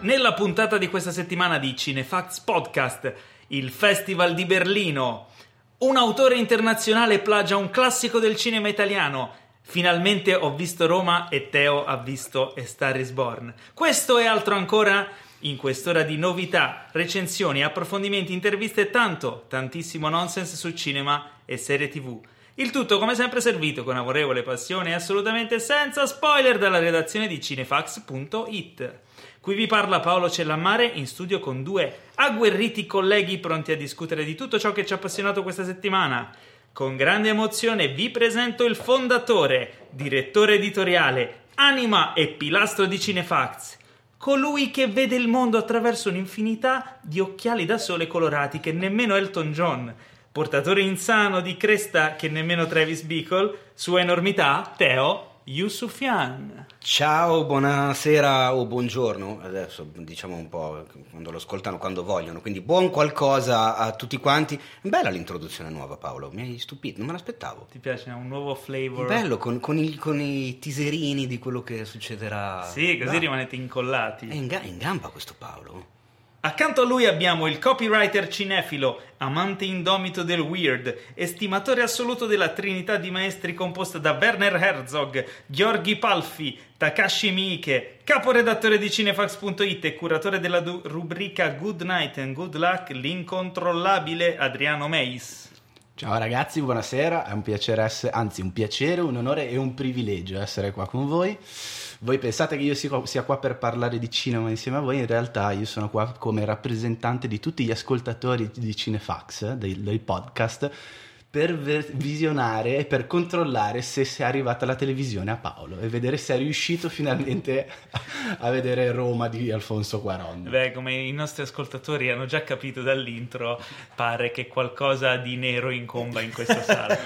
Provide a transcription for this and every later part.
Nella puntata di questa settimana di Cinefacts Podcast, il Festival di Berlino, un autore internazionale plagia un classico del cinema italiano. Finalmente ho visto Roma e Teo ha visto A Star is Born. Questo e altro ancora in quest'ora di novità, recensioni, approfondimenti, interviste e tantissimo nonsense su cinema e serie TV. Il tutto come sempre servito con amorevole passione e assolutamente senza spoiler dalla redazione di cinefax.it. Qui vi parla Paolo Cellammare in studio con due agguerriti colleghi pronti a discutere di tutto ciò che ci ha appassionato questa settimana. Con grande emozione vi presento il fondatore, direttore editoriale, anima e pilastro di Cinefax, colui che vede il mondo attraverso un'infinità di occhiali da sole colorati che nemmeno Elton John, portatore insano di cresta che nemmeno Travis Bickle, sua enormità, Teo Yusufian. Ciao, buonasera o buongiorno, adesso diciamo un po' quando lo ascoltano, quando vogliono, quindi buon qualcosa a tutti quanti. Bella l'introduzione nuova, Paolo, mi hai stupito, non me l'aspettavo. Ti piace? Un nuovo flavor? Bello, con i teaserini di quello che succederà. Sì, così rimanete incollati. È in gamba questo Paolo. Accanto a lui abbiamo il copywriter cinefilo, amante indomito del weird, estimatore assoluto della trinità di maestri composta da Werner Herzog, Gheorghi Palfi, Takashi Miike, caporedattore di Cinefax.it e curatore della rubrica Good Night and Good Luck, l'incontrollabile Adriano Meis. Ciao ragazzi, buonasera, è un piacere un piacere, un onore e un privilegio essere qua con voi. Voi pensate che io sia qua per parlare di cinema insieme a voi, in realtà io sono qua come rappresentante di tutti gli ascoltatori di Cinefax, dei podcast, per visionare e per controllare se è arrivata la televisione a Paolo e vedere se è riuscito finalmente a vedere Roma di Alfonso Cuarón. Beh, come i nostri ascoltatori hanno già capito dall'intro, pare che qualcosa di nero incomba in questa sala.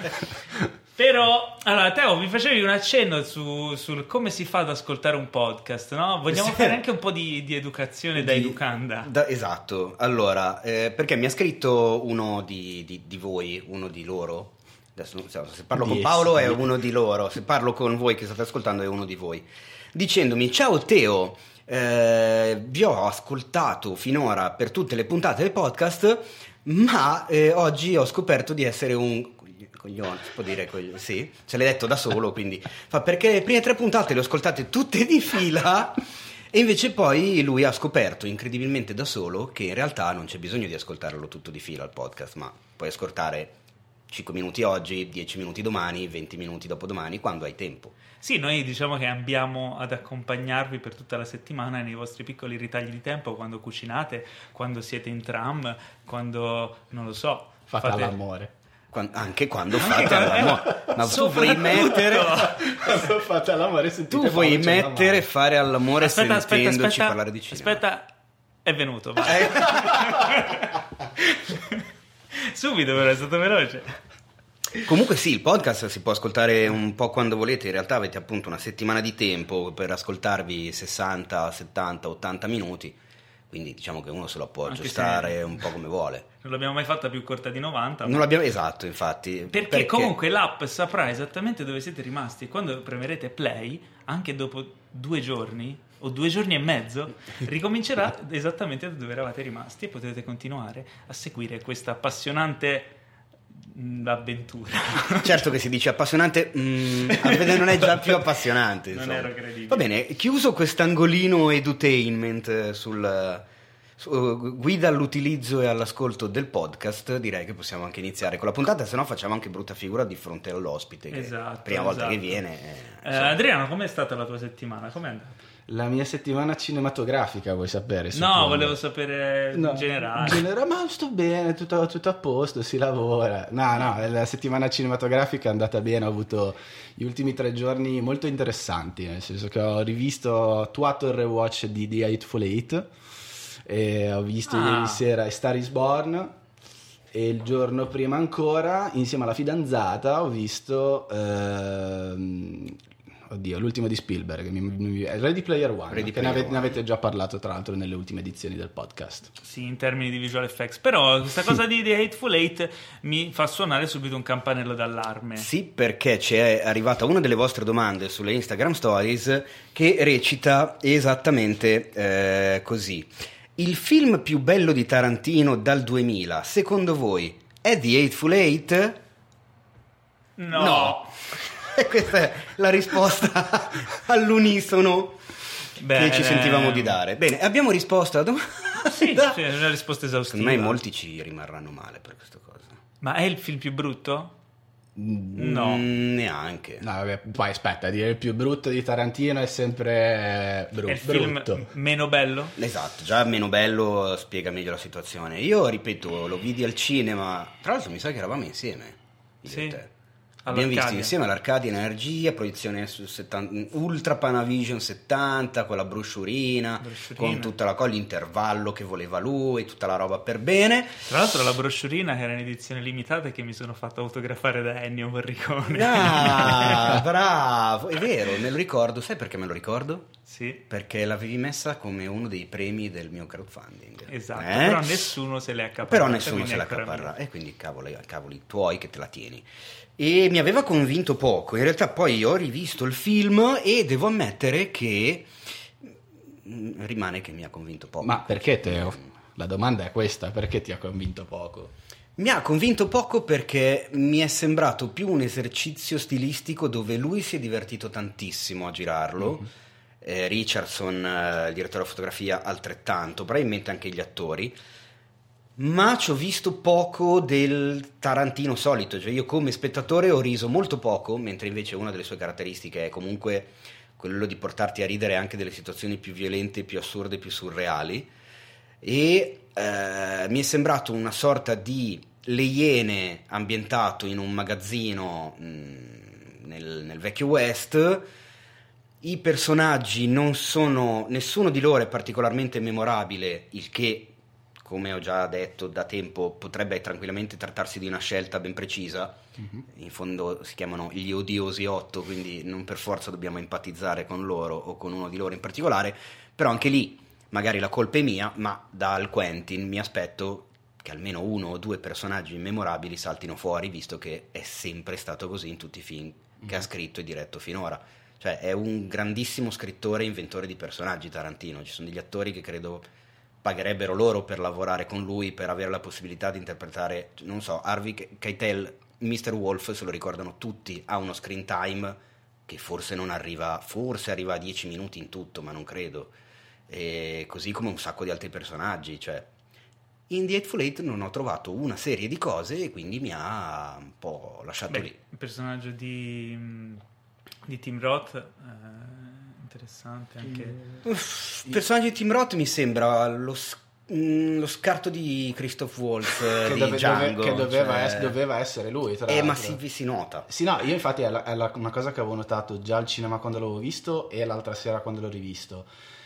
Però, allora, Teo, mi facevi un accenno sul come si fa ad ascoltare un podcast, no? Vogliamo fare anche un po' di educazione da educanda. Esatto, allora, perché mi ha scritto uno di voi, uno di loro. Adesso se parlo con Paolo è uno di loro, se parlo con voi che state ascoltando è uno di voi, dicendomi: ciao Teo, vi ho ascoltato finora per tutte le puntate del podcast, ma oggi ho scoperto di essere un coglione, si può dire sì, se l'hai detto da solo, quindi perché le prime 3 puntate le ho ascoltate tutte di fila e invece poi lui ha scoperto incredibilmente da solo che in realtà non c'è bisogno di ascoltarlo tutto di fila il podcast, ma puoi ascoltare 5 minuti oggi, 10 minuti domani, 20 minuti dopodomani, quando hai tempo. Sì, noi diciamo che ambiamo ad accompagnarvi per tutta la settimana nei vostri piccoli ritagli di tempo, quando cucinate, quando siete in tram, quando, non lo so, fate l'amore. Anche quando fate l'amore, ma tu vuoi mettere quando fate l'amore, tu vuoi mettere fare all'amore sentendoci parlare di cinema. Aspetta, è venuto, vai. Subito, però è stato veloce. Comunque sì, il podcast si può ascoltare un po' quando volete, in realtà avete appunto una settimana di tempo per ascoltarvi 60, 70, 80 minuti. Quindi diciamo che uno se lo può aggiustare un po' come vuole. Non l'abbiamo mai fatta più corta di 90. Non l'abbiamo, esatto, infatti. Perché comunque l'app saprà esattamente dove siete rimasti. Quando premerete play, anche dopo 2 giorni o 2 giorni e mezzo, ricomincerà esattamente da dove eravate rimasti e potete continuare a seguire questa appassionante avventura. Certo che si dice appassionante, a vedere non è già più appassionante. Non ero credibile. Va bene, chiuso quest'angolino edutainment guida all'utilizzo e all'ascolto del podcast, direi che possiamo anche iniziare con la puntata, se no facciamo anche brutta figura di fronte all'ospite, che prima volta che viene. Adriano, com'è stata la tua settimana? Com'è andata? La mia settimana cinematografica, vuoi sapere? No, volevo sapere in generale. Ma sto bene, tutto a posto, si lavora. No, la settimana cinematografica è andata bene, ho avuto gli ultimi 3 giorni molto interessanti, nel senso che ho attuato il rewatch di The Hateful Eight e ho visto ieri sera A Star is Born e il giorno prima ancora, insieme alla fidanzata, ho visto Oddio, l'ultimo di Spielberg, Ready Player One, Ready che Player ne avete già parlato tra l'altro nelle ultime edizioni del podcast. Sì, in termini di visual effects. Però questa cosa di The Hateful Eight mi fa suonare subito un campanello d'allarme. Sì, perché ci è arrivata una delle vostre domande sulle Instagram Stories che recita esattamente così. Il film più bello di Tarantino dal 2000, secondo voi, è The Hateful Eight? No. E questa è la risposta all'unisono che ci sentivamo di dare. Bene, abbiamo risposto alla domanda. Sì, è una risposta esaustiva. Secondo me molti ci rimarranno male per questa cosa. Ma è il film più brutto? No. Neanche. No, vabbè, poi aspetta, dire il più brutto di Tarantino è sempre È il film brutto. meno bello? Esatto, già meno bello spiega meglio la situazione. Io, ripeto, lo vidi al cinema. Tra l'altro mi sa che eravamo insieme. Io Sì. e te. Abbiamo visto All'Arcadia. insieme all'Arcadia Energia, proiezione su Ultra Panavision 70 con la brosciurina, con tutta l'intervallo che voleva lui, tutta la roba per bene. Tra l'altro la brosciurina che era in edizione limitata e che mi sono fatto autografare da Ennio Morricone. Ah, bravo, è vero, me lo ricordo. Sai perché me lo ricordo? Sì, Perché l'avevi messa come uno dei premi del mio crowdfunding. esatto. Però nessuno se l'è accaparrata. Però nessuno quindi se la ancora accaparra. meglio. E quindi cavoli tuoi che te la tieni. E mi aveva convinto poco. In realtà poi ho rivisto il film e devo ammettere che rimane che mi ha convinto poco. Ma perché, Teo? La domanda è questa, perché ti ha convinto poco? Mi ha convinto poco perché mi è sembrato più un esercizio stilistico dove lui si è divertito tantissimo a girarlo. Richardson, il direttore della fotografia, altrettanto, probabilmente anche gli attori. Ma ci ho visto poco del Tarantino solito, cioè io come spettatore ho riso molto poco, mentre invece una delle sue caratteristiche è comunque quello di portarti a ridere anche delle situazioni più violente, più assurde, più surreali. E mi è sembrato una sorta di Le Iene ambientato in un magazzino nel vecchio West. I personaggi non sono, nessuno di loro è particolarmente memorabile, il che, come ho già detto da tempo, potrebbe tranquillamente trattarsi di una scelta ben precisa. In fondo si chiamano gli odiosi 8, quindi non per forza dobbiamo empatizzare con loro o con uno di loro in particolare, però anche lì magari la colpa è mia, ma dal Quentin mi aspetto che almeno uno o due personaggi memorabili saltino fuori, visto che è sempre stato così in tutti i film che ha scritto e diretto finora. Cioè è un grandissimo scrittore e inventore di personaggi Tarantino. Ci sono degli attori che credo pagherebbero loro per lavorare con lui, per avere la possibilità di interpretare, non so, Harvey Keitel, Mr. Wolf, se lo ricordano tutti, ha uno screen time che forse non arriva, forse arriva a 10 minuti in tutto, ma non credo. E così come un sacco di altri personaggi, cioè in The Hateful Eight non ho trovato una serie di cose e quindi mi ha un po' lasciato lì. Il personaggio di Tim Roth interessante anche. Il personaggio di Tim Roth mi sembra lo scarto di Christoph Waltz di Django, che doveva essere lui, tra l'altro. ma si nota. Sì, no, io infatti è una cosa che avevo notato già al cinema quando l'avevo visto e l'altra sera quando l'ho rivisto.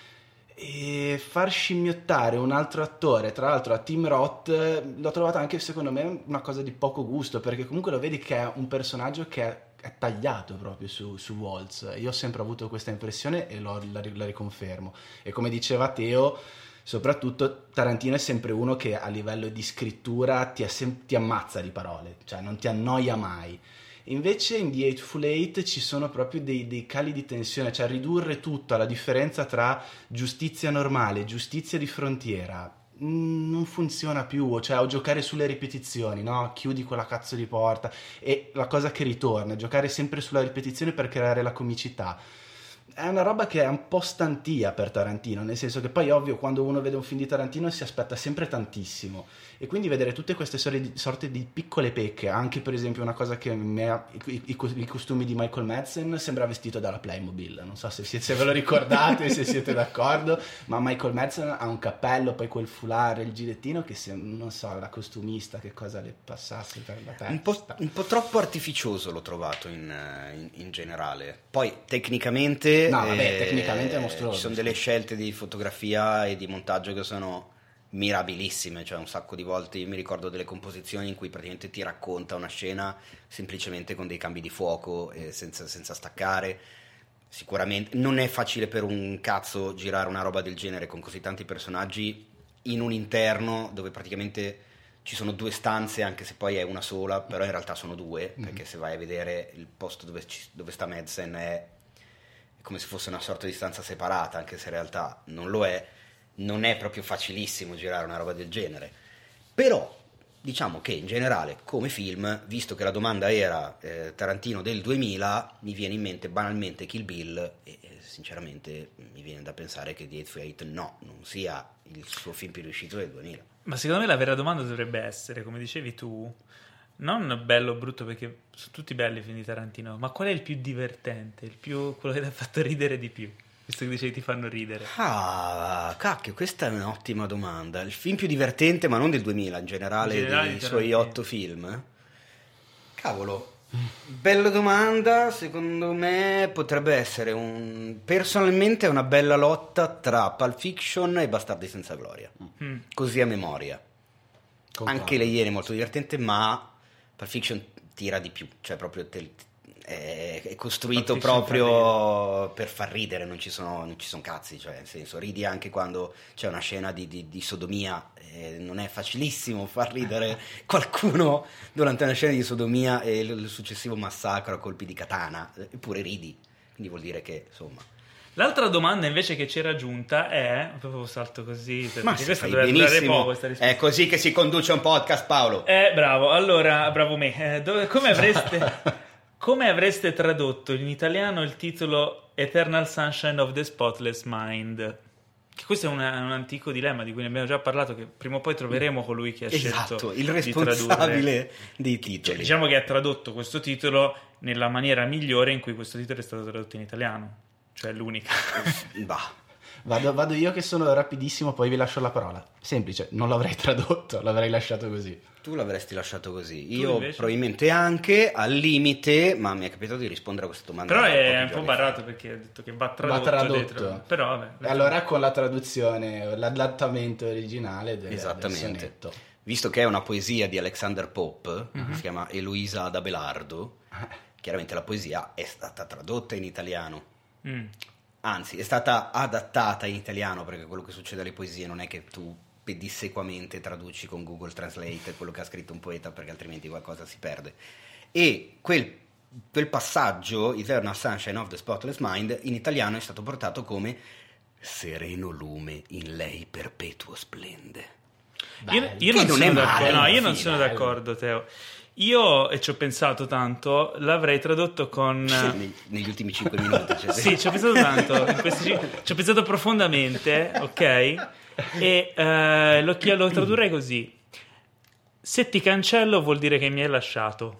E far scimmiottare un altro attore, tra l'altro a Tim Roth, l'ho trovato anche secondo me una cosa di poco gusto, perché comunque lo vedi che è un personaggio che è tagliato proprio su Waltz. Io ho sempre avuto questa impressione e la riconfermo. E come diceva Teo, soprattutto Tarantino è sempre uno che a livello di scrittura ti ammazza di parole, cioè non ti annoia mai. Invece in The Hateful Eight ci sono proprio dei cali di tensione, cioè ridurre tutto alla differenza tra giustizia normale e giustizia di frontiera non funziona più, cioè o giocare sulle ripetizioni, no? Chiudi quella cazzo di porta, e la cosa che ritorna, giocare sempre sulla ripetizione per creare la comicità. È una roba che è un po' stantia per Tarantino, nel senso che poi ovvio quando uno vede un film di Tarantino si aspetta sempre tantissimo, e quindi vedere tutte queste sorte di piccole pecche, anche per esempio una cosa che i costumi di Michael Madsen sembra vestito dalla Playmobil, non so se ve lo ricordate, se siete d'accordo, ma Michael Madsen ha un cappello, poi quel foulard, il gilettino che non so, la costumista che cosa le passasse per la testa. Un po' troppo artificioso l'ho trovato in generale. Poi tecnicamente tecnicamente è mostruoso. Ci sono delle scelte di fotografia e di montaggio che sono mirabilissime, cioè un sacco di volte io mi ricordo delle composizioni in cui praticamente ti racconta una scena semplicemente con dei cambi di fuoco senza staccare, sicuramente non è facile per un cazzo girare una roba del genere con così tanti personaggi in un interno dove praticamente ci sono 2 stanze, anche se poi è una sola, però in realtà sono 2, perché se vai a vedere il posto dove sta Madsen è come se fosse una sorta di stanza separata, anche se in realtà non lo è. Non è proprio facilissimo girare una roba del genere, però diciamo che in generale come film, visto che la domanda era Tarantino del 2000, mi viene in mente banalmente Kill Bill e sinceramente mi viene da pensare che The Hateful Eight non sia il suo film più riuscito del 2000. Ma secondo me la vera domanda dovrebbe essere, come dicevi tu, non bello o brutto, perché sono tutti belli i film di Tarantino, ma qual è il più divertente, quello che ti ha fatto ridere di più? Visto che dicevi ti fanno ridere. Ah, cacchio, questa è un'ottima domanda. Il film più divertente, ma non del 2000, in generale dei suoi 8 film. Cavolo, bella domanda. Secondo me potrebbe essere personalmente una bella lotta tra Pulp Fiction e Bastardi senza gloria. Così a memoria. Anche Le Iene è molto divertente, ma Pulp Fiction tira di più, cioè proprio è costruito proprio per far ridere, non ci sono cazzi, cioè nel senso ridi anche quando c'è una scena di sodomia, non è facilissimo far ridere qualcuno durante una scena di sodomia e il successivo massacro a colpi di katana, eppure ridi, quindi vuol dire che insomma. L'altra domanda invece che c'era giunta è, proprio salto così, ma questa dovrebbe durare poco, questa risposta. È così che si conduce un podcast, Paolo. Bravo, allora, bravo me. Come avreste tradotto in italiano il titolo Eternal Sunshine of the Spotless Mind? Che questo è un antico dilemma di cui ne abbiamo già parlato, che prima o poi troveremo colui che ha scelto il responsabile dei titoli. Cioè, diciamo che ha tradotto questo titolo nella maniera migliore in cui questo titolo è stato tradotto in italiano. Cioè l'unica. Vado io che sono rapidissimo, poi vi lascio la parola. Semplice, non l'avrei tradotto, l'avrei lasciato così. Tu l'avresti lasciato così. Io probabilmente anche, al limite, ma mi è capitato di rispondere a questa domanda. Però è un po' barrato perché ha detto che va tradotto. Però vabbè. Allora con la traduzione, l'adattamento originale del sonetto. Visto che è una poesia di Alexander Pope, si chiama Eloisa ad Abelardo, chiaramente la poesia è stata tradotta in italiano. Anzi, è stata adattata in italiano, perché quello che succede alle poesie non è che tu pedissequamente traduci con Google Translate quello che ha scritto un poeta, perché altrimenti qualcosa si perde. E quel passaggio, Eternal Sunshine of the Spotless Mind, in italiano è stato portato come sereno lume in lei perpetuo splende. Io non sono d'accordo, Teo. Io, e ci ho pensato tanto, l'avrei tradotto con... negli ultimi 5 minuti. Cioè... Sì, ci ho pensato tanto, ci ho pensato profondamente, ok? E lo tradurrei così: se ti cancello vuol dire che mi hai lasciato.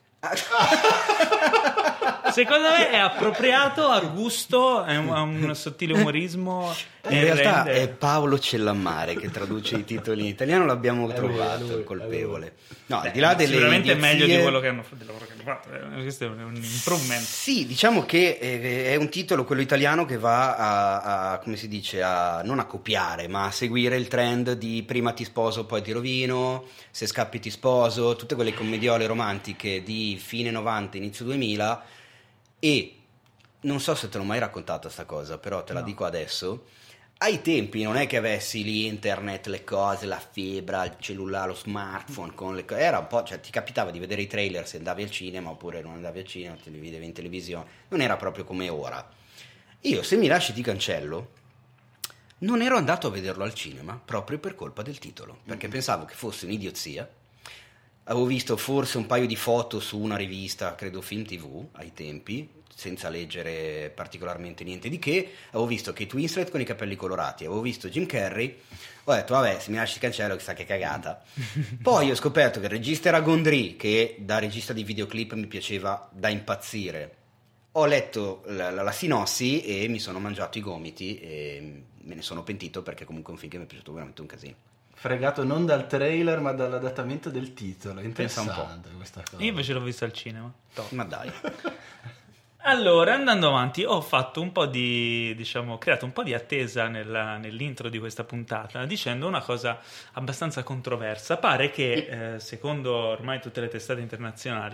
Secondo me è appropriato, a gusto, è un sottile umorismo. In realtà è Paolo Cellammare che traduce i titoli in italiano, l'abbiamo trovato il colpevole. No, al di là delle sicuramente idiozie, è meglio di quello che hanno fatto. Questo è un improvement. Sì, diciamo che è un titolo, quello italiano, che va a come si dice, non a copiare, ma a seguire il trend di prima ti sposo poi ti rovino, se scappi ti sposo, tutte quelle commediole romantiche di fine 90 inizio 2000. E non so se te l'ho mai raccontata sta cosa, però te la dico adesso. Ai tempi non è che avessi l'internet, le cose, la fibra, il cellulare, lo smartphone con le cose. Era un po', cioè ti capitava di vedere i trailer se andavi al cinema, oppure non andavi al cinema, te li vedevi in televisione. Non era proprio come ora. Io, se mi lasci ti cancello, non ero andato a vederlo al cinema proprio per colpa del titolo, perché pensavo che fosse un'idiozia. Avevo visto forse un paio di foto su una rivista, credo Film TV, ai tempi, senza leggere particolarmente niente di che. Avevo visto Kate Winslet con i capelli colorati, avevo visto Jim Carrey, ho detto vabbè, se mi lasci il cancello chissà che cagata. Poi ho scoperto che il regista era Gondry, che da regista di videoclip mi piaceva da impazzire. Ho letto la sinossi e mi sono mangiato i gomiti e me ne sono pentito, perché comunque è un film che mi è piaciuto veramente un casino. Fregato non dal trailer ma dall'adattamento del titolo. Interessante un po' questa cosa. Io invece l'ho visto al cinema. Ma dai. Allora, andando avanti, ho fatto un po' creato un po' di attesa nell'intro di questa puntata, dicendo una cosa abbastanza controversa. Pare che, secondo ormai tutte le testate internazionali,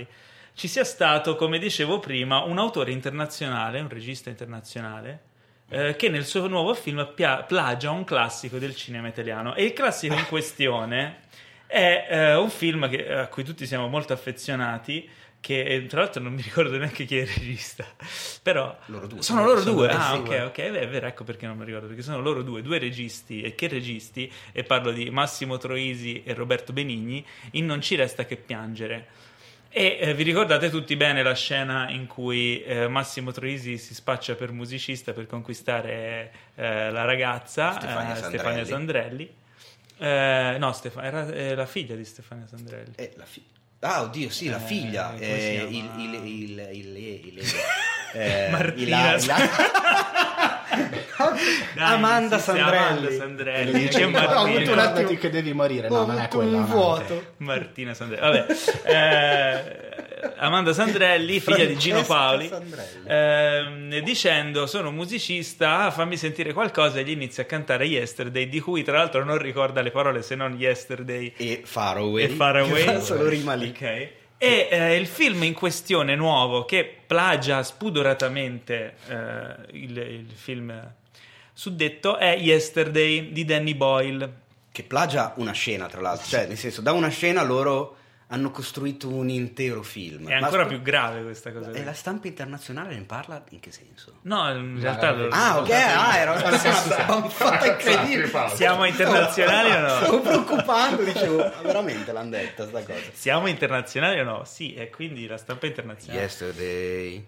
ci sia stato, come dicevo prima, un autore internazionale, un regista internazionale, che nel suo nuovo film plagia un classico del cinema italiano. E il classico in questione è un film a cui tutti siamo molto affezionati, che tra l'altro non mi ricordo neanche chi è il regista, però sono loro due. Ok, è vero, ecco perché non mi ricordo, perché sono loro due registi, e che registi, e parlo di Massimo Troisi e Roberto Benigni, in Non ci resta che piangere. E vi ricordate tutti bene la scena in cui Massimo Troisi si spaccia per musicista per conquistare la ragazza Stefania Sandrelli. Era la figlia di Stefania Sandrelli. Ah, oddio, sì, la figlia. Martina. Amanda Sandrelli. C'è Ho avuto un attimo che devi morire. No, non è quella. Un vuoto. Martina Sandrelli. Vabbè. Amanda Sandrelli, figlia di Gino Paoli, dicendo: sono un musicista, fammi sentire qualcosa, e gli inizia a cantare Yesterday, di cui tra l'altro non ricorda le parole se non Yesterday e Far Away. Solo rima lì. Okay. E il film in questione nuovo, che plagia spudoratamente il film suddetto, è Yesterday di Danny Boyle, che plagia una scena, tra l'altro, cioè nel senso, da una scena loro hanno costruito un intero film. È ancora più grave questa cosa. E la stampa internazionale ne parla in che senso? No, in realtà era una spanfata incredibile. Siamo internazionali o no? Stavo preoccupando, dicevo, veramente l'hanno detta sta cosa. Siamo internazionali o no? Sì, e quindi la stampa internazionale. Yesterday.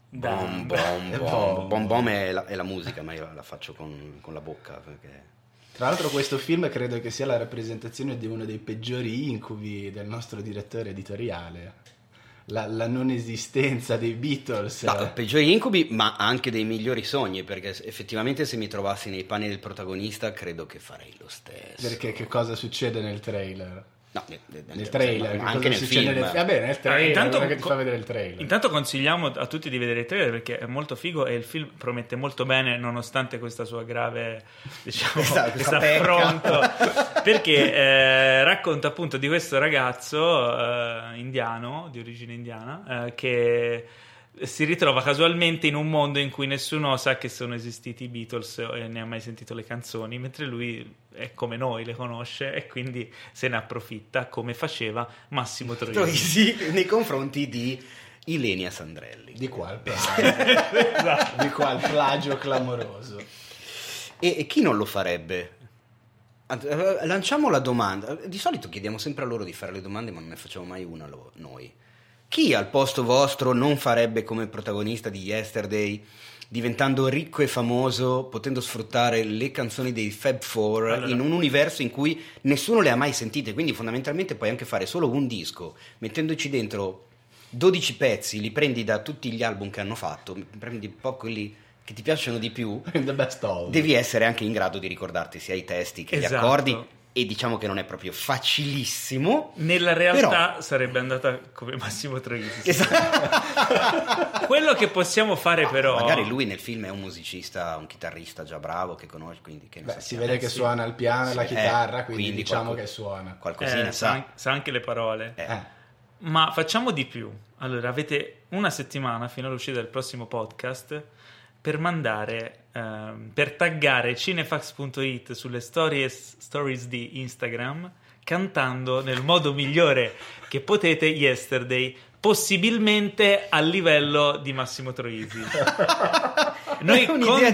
Bom è la musica, ma io la faccio con la bocca, perché... Tra l'altro questo film credo che sia la rappresentazione di uno dei peggiori incubi del nostro direttore editoriale, la non esistenza dei Beatles. No, peggiori incubi, ma anche dei migliori sogni, perché effettivamente se mi trovassi nei panni del protagonista credo che farei lo stesso. Perché che cosa succede nel trailer? No, nel trailer, ma anche nel film. Vabbè, nel trailer, intanto, che ti fa vedere il trailer. Intanto consigliamo a tutti di vedere il trailer, perché è molto figo e il film promette molto bene, nonostante questa sua grave, diciamo, questo affronto, perché racconta appunto di questo ragazzo indiano, di origine indiana, che si ritrova casualmente in un mondo in cui nessuno sa che sono esistiti i Beatles e ne ha mai sentito le canzoni, mentre lui è come noi, le conosce, e quindi se ne approfitta, come faceva Massimo Troisi nei confronti di Ilenia Sandrelli. Di qua il plagio, di qua il plagio clamoroso. E chi non lo farebbe? Lanciamo la domanda. Di solito chiediamo sempre a loro di fare le domande, ma non ne facciamo mai una noi. Chi al posto vostro non farebbe come protagonista di Yesterday, diventando ricco e famoso, potendo sfruttare le canzoni dei Fab Four in un universo in cui nessuno le ha mai sentite? Quindi fondamentalmente puoi anche fare solo un disco, mettendoci dentro 12 pezzi, li prendi da tutti gli album che hanno fatto, prendi un po' quelli che ti piacciono di più, The best of. Devi essere anche in grado di ricordarti sia i testi che gli accordi. E diciamo che non è proprio facilissimo. Nella realtà sarebbe andata come Massimo Troisi. Esatto. Quello che possiamo fare però... Magari lui nel film è un musicista, un chitarrista già bravo che conosce, quindi che si vede che suona il piano e la chitarra, quindi diciamo che suona. Qualcosina sa anche le parole. Ma facciamo di più. Allora, avete una settimana fino all'uscita del prossimo podcast per mandare, per taggare cinefax.it sulle stories di Instagram, cantando nel modo migliore che potete Yesterday, possibilmente a livello di Massimo Troisi. Noi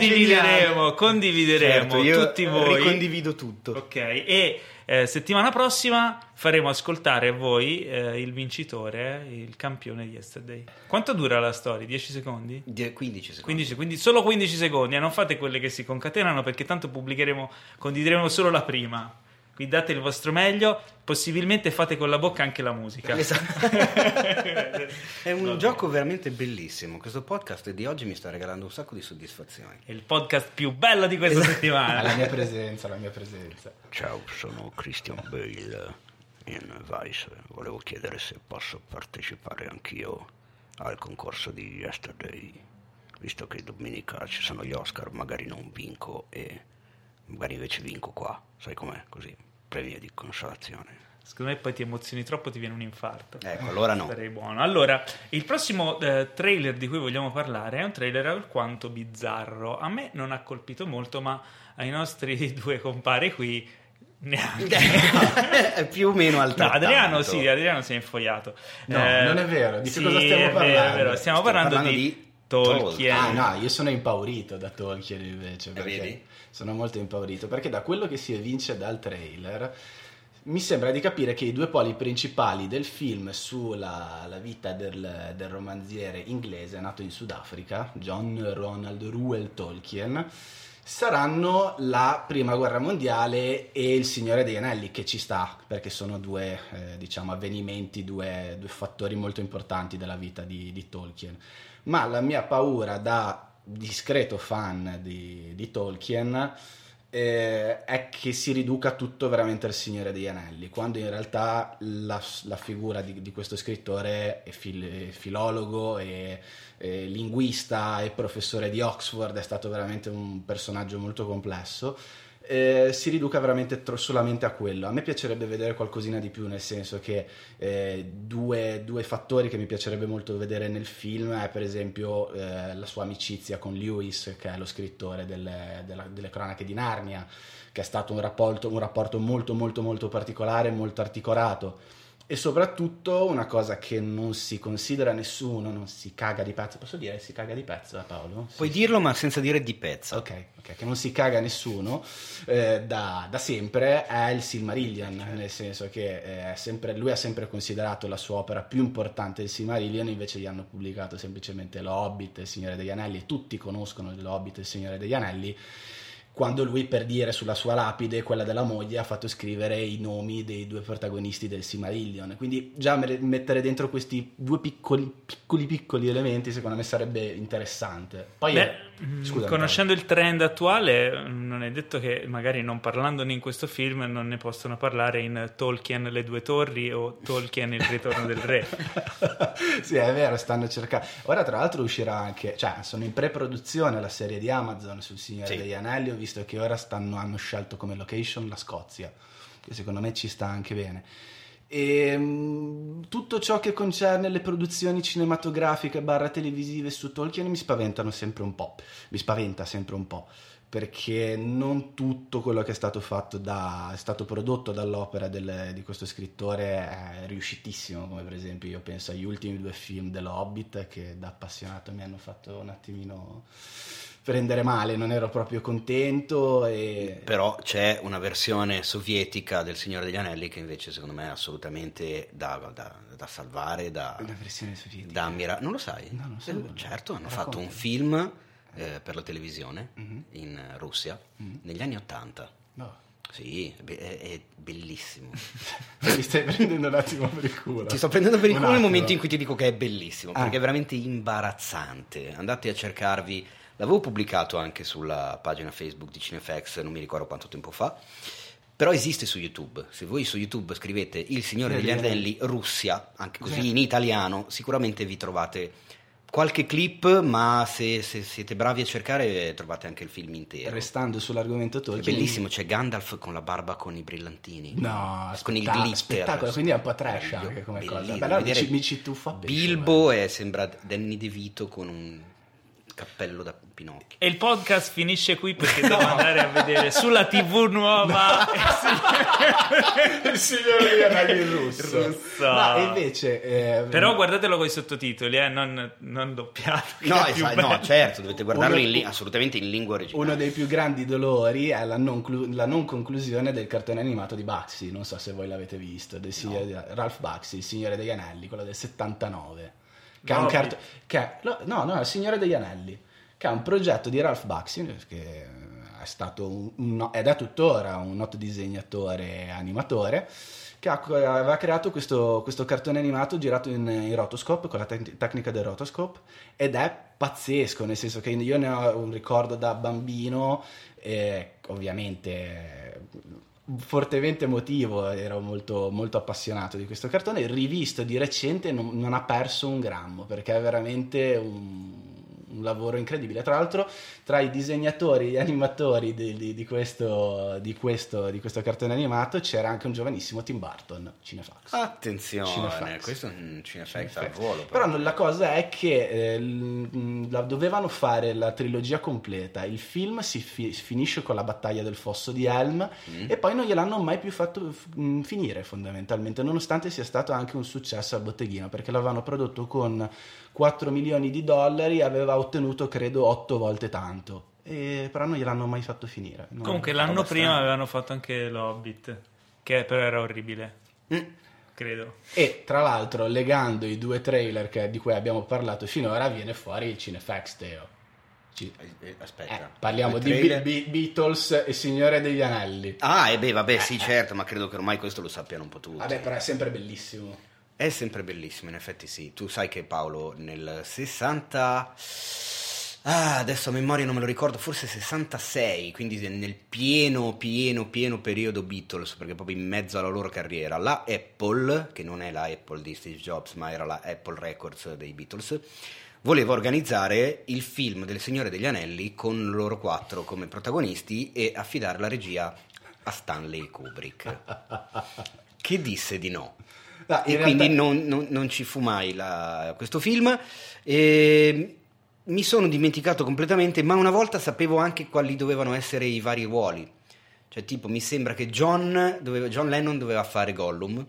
condivideremo certo, tutti voi. Ricondivido tutto. Ok, e settimana prossima faremo ascoltare a voi il vincitore, il campione di Yesterday. Quanto dura la storia? 10 secondi? 15 secondi. Quindi solo 15 secondi, non fate quelle che si concatenano, perché tanto condivideremo solo la prima. Quindi date il vostro meglio, possibilmente fate con la bocca anche la musica. Esatto. È un gioco veramente bellissimo. Questo podcast di oggi mi sta regalando un sacco di soddisfazioni. È il podcast più bello di questa settimana. La mia presenza. Ciao, sono Christian Bale in Vice. Volevo chiedere se posso partecipare anch'io al concorso di Yesterday. Visto che domenica ci sono gli Oscar, magari non vinco e magari invece vinco qua. Sai com'è? Così. Premio di consolazione. Secondo me poi ti emozioni troppo, ti viene un infarto. Ecco, allora no. Starei buono. Allora, il prossimo trailer di cui vogliamo parlare è un trailer alquanto bizzarro. A me non ha colpito molto, ma ai nostri due compari qui neanche. Più o meno altrettanto. No, Adriano si è infoiato. No, non è vero. Di che cosa stiamo è parlando? vero. Stiamo parlando di Tolkien. Ah no, io sono impaurito da Tolkien invece, perché vedi? sono molto impaurito, perché da quello che si evince dal trailer mi sembra di capire che i due poli principali del film sulla la vita del romanziere inglese nato in Sudafrica, John Ronald Reuel Tolkien, saranno la prima guerra mondiale e il Signore degli Anelli, che ci sta, perché sono due avvenimenti, due fattori molto importanti della vita di Tolkien. Ma la mia paura da discreto fan di Tolkien è che si riduca tutto veramente al Signore degli Anelli, quando in realtà la figura di questo scrittore è filologo e linguista e professore di Oxford, è stato veramente un personaggio molto complesso. Si riduca veramente solamente a quello. A me piacerebbe vedere qualcosina di più, nel senso che due fattori che mi piacerebbe molto vedere nel film è per esempio la sua amicizia con Lewis, che è lo scrittore delle cronache di Narnia, che è stato un rapporto molto molto molto particolare, molto articolato. E soprattutto una cosa che non si considera nessuno, non si caga di pezzo. Posso dire si caga di pezzo, Paolo? Puoi dirlo, ma senza dire di pezzo. Ok, che non si caga nessuno da sempre è il Silmarillion, nel senso che lui ha sempre considerato la sua opera più importante il Silmarillion, invece gli hanno pubblicato semplicemente Lo Hobbit e il Signore degli Anelli, e tutti conoscono Lo Hobbit e il Signore degli Anelli, quando lui, per dire, sulla sua lapide, quella della moglie, ha fatto scrivere i nomi dei due protagonisti del Silmarillion. Quindi già mettere dentro questi due piccoli elementi secondo me sarebbe interessante. Poi conoscendo il trend attuale, non è detto che magari non parlandone in questo film non ne possono parlare in Tolkien Le Due Torri o Tolkien Il Ritorno del Re. Sì, è vero, stanno cercando. Ora tra l'altro uscirà anche, sono in pre-produzione la serie di Amazon sul Signore degli Anelli. Ho visto che ora hanno scelto come location la Scozia, che secondo me ci sta anche bene. E tutto ciò che concerne le produzioni cinematografiche / televisive su Tolkien mi spaventa sempre un po', perché non tutto quello che è stato fatto è stato prodotto dall'opera di questo scrittore è riuscitissimo, come per esempio io penso agli ultimi 2 film dello Hobbit, che da appassionato mi hanno fatto un attimino prendere male, non ero proprio contento. Però c'è una versione sovietica del Signore degli Anelli che invece secondo me è assolutamente da salvare, una versione sovietica non lo sai? No, non so. Certo, hanno fatto un film per la televisione in Russia negli anni '80. No. Sì, è bellissimo. Mi stai prendendo un attimo per il culo. Ti sto prendendo per il culo nel momento in cui ti dico che è bellissimo, perché è veramente imbarazzante. Andate a cercarvi. L'avevo pubblicato anche sulla pagina Facebook di Cinefx, non mi ricordo quanto tempo fa, però esiste su YouTube. Se voi su YouTube scrivete Il Signore degli Anelli Russia, anche così in italiano, sicuramente vi trovate qualche clip, ma se siete bravi a cercare trovate anche il film intero. Restando sull'argomento Tolkien, è bellissimo, c'è Gandalf con la barba con i brillantini, con il glitter, spettacolo, quindi è un po' trash anche come cosa. Allora mi ci tuffa Bilbo sembra Danny DeVito con un cappello da Pinocchio. E il podcast finisce qui, perché devo andare a vedere sulla TV nuova il Signore degli Anelli russo. No, e invece però guardatelo con i sottotitoli, non doppiato. No, certo, dovete guardarlo assolutamente in lingua originale. Uno dei più grandi dolori è la non conclusione del cartone animato di Baxi, non so se voi l'avete visto, Ralph Baxi, Il Signore degli Anelli, quello del 79. Che è il Signore degli Anelli, che è un progetto di Ralph Bakshi, che è stato ed è tuttora un noto disegnatore animatore, che aveva creato questo cartone animato girato in rotoscope, con la tecnica del rotoscope, ed è pazzesco, nel senso che io ne ho un ricordo da bambino, ovviamente fortemente emotivo, ero molto, molto appassionato di questo cartone. Rivisto di recente non ha perso un grammo, perché è veramente un un lavoro incredibile. Tra l'altro, tra i disegnatori e animatori di questo cartone animato c'era anche un giovanissimo Tim Burton, Cinefax. Attenzione, Cinefax. questo è un Cinefax al volo. Però la cosa è che dovevano fare la trilogia completa. Il film si finisce con la battaglia del fosso di Helm e poi non gliel'hanno mai più fatto finire, fondamentalmente, nonostante sia stato anche un successo al botteghino, perché l'avevano prodotto con $4 milioni e aveva ottenuto credo 8 volte tanto, però non gliel'hanno mai fatto finire. Comunque l'anno prima avevano fatto anche l'Hobbit, che però era orribile, credo. E tra l'altro, legando i due trailer di cui abbiamo parlato finora, viene fuori il Cinefax, Teo. Aspetta, parliamo di Beatles e Signore degli Anelli. Vabbè, sì, certo, ma credo che ormai questo lo sappiano un po' tutti. Vabbè, però è sempre bellissimo. È sempre bellissimo, in effetti sì. Tu sai che Paolo nel 60... adesso a memoria non me lo ricordo, forse 66, quindi nel pieno periodo Beatles, perché proprio in mezzo alla loro carriera, la Apple, che non è la Apple di Steve Jobs, ma era la Apple Records dei Beatles, voleva organizzare il film del Signore degli Anelli con loro 4 come protagonisti e affidare la regia a Stanley Kubrick, che disse di no. E quindi non ci fu mai questo film. Mi sono dimenticato completamente, ma una volta sapevo anche quali dovevano essere i vari ruoli. Cioè, tipo, mi sembra che John Lennon doveva fare Gollum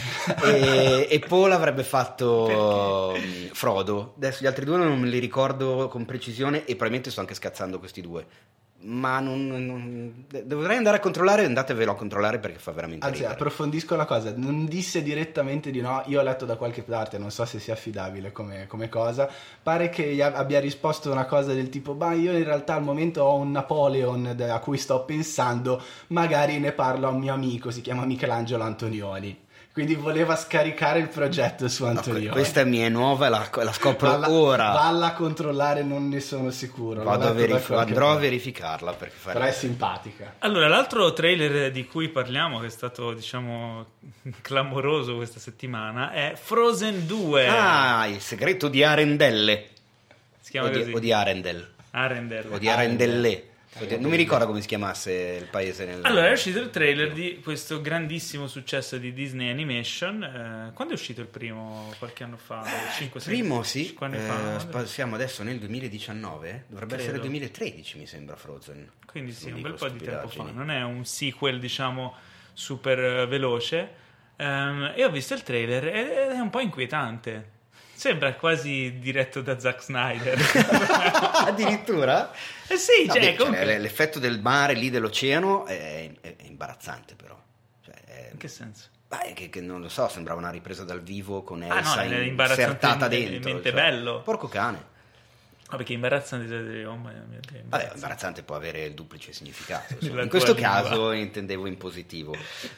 e Paul avrebbe fatto Frodo. Adesso gli altri due non me li ricordo con precisione e probabilmente sto anche scazzando questi due. Ma dovrei andare a controllare, andatevelo a controllare perché fa veramente ridere. Approfondisco la cosa, non disse direttamente di no, io ho letto da qualche parte, non so se sia affidabile come cosa, pare che abbia risposto una cosa del tipo, io in realtà al momento ho un Napoleon a cui sto pensando, magari ne parlo a un mio amico, si chiama Michelangelo Antonioni. Quindi voleva scaricare il progetto su Antonioni. No, questa mi è nuova, la scopro ora. Valla a controllare, non ne sono sicuro. Andrò a verificarla perché però è simpatica. Allora, l'altro trailer di cui parliamo, che è stato, diciamo, clamoroso questa settimana, è Frozen 2. Il segreto di Arendelle. Si chiama così? O di Arendelle. Arendelle. O di Arendelle. Non mi ricordo come si chiamasse il paese Allora è uscito il trailer di questo grandissimo successo di Disney Animation. Quando è uscito il primo? Qualche anno fa? 5, 6, primo sì, 5 anni fa. Siamo adesso nel 2019. Dovrebbe essere 2013 mi sembra Frozen. Quindi sì, un bel po' di tempo fa. Non è un sequel, diciamo, super veloce. E ho visto il trailer ed è un po' inquietante. Sembra quasi diretto da Zack Snyder. Addirittura? Sì, l'effetto del mare lì, dell'oceano è imbarazzante però. In che senso? Che non lo so, sembrava una ripresa dal vivo con Elsa insertata dentro. Bello. Porco cane. Perché imbarazzante imbarazzante può avere il duplice significato. In questo caso intendevo in positivo.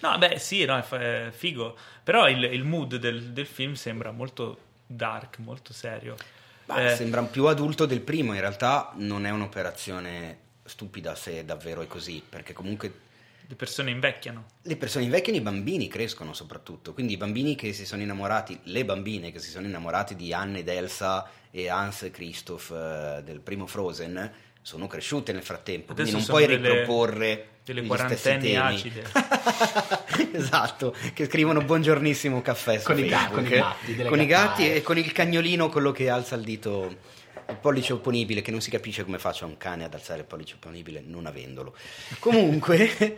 È figo. Però il mood del film sembra molto dark, molto serio. Sembra più adulto del primo. In realtà non è un'operazione stupida se davvero è così, perché comunque le persone invecchiano, i bambini crescono soprattutto, quindi i bambini che si sono innamorati, le bambine che si sono innamorati di Anne ed Elsa e Hans e Christoph del primo Frozen sono cresciute nel frattempo. Adesso quindi non puoi riproporre delle quarantenni acide. Esatto, che scrivono buongiornissimo caffè su Facebook, con i gatti e con il cagnolino, quello che alza il dito, il pollice opponibile, che non si capisce come faccia un cane ad alzare il pollice opponibile non avendolo. Comunque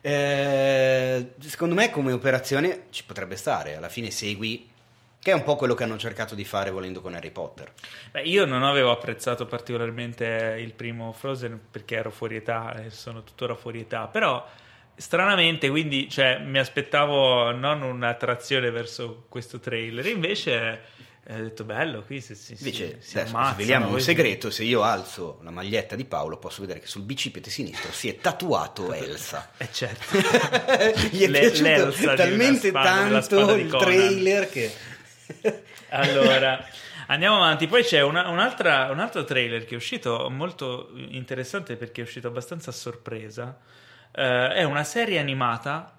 secondo me come operazione ci potrebbe stare, alla fine segui, che è un po' quello che hanno cercato di fare volendo con Harry Potter. Io non avevo apprezzato particolarmente il primo Frozen perché ero fuori età e sono tuttora fuori età, però stranamente, quindi mi aspettavo non un'attrazione verso questo trailer, invece ho detto bello, qui invece sveliamo un segreto: se io alzo la maglietta di Paolo posso vedere che sul bicipite sinistro si è tatuato Elsa. Certo. Gli è piaciuto talmente tanto il trailer che allora andiamo avanti. Poi c'è un altro trailer che è uscito molto interessante perché è uscito abbastanza a sorpresa. È una serie animata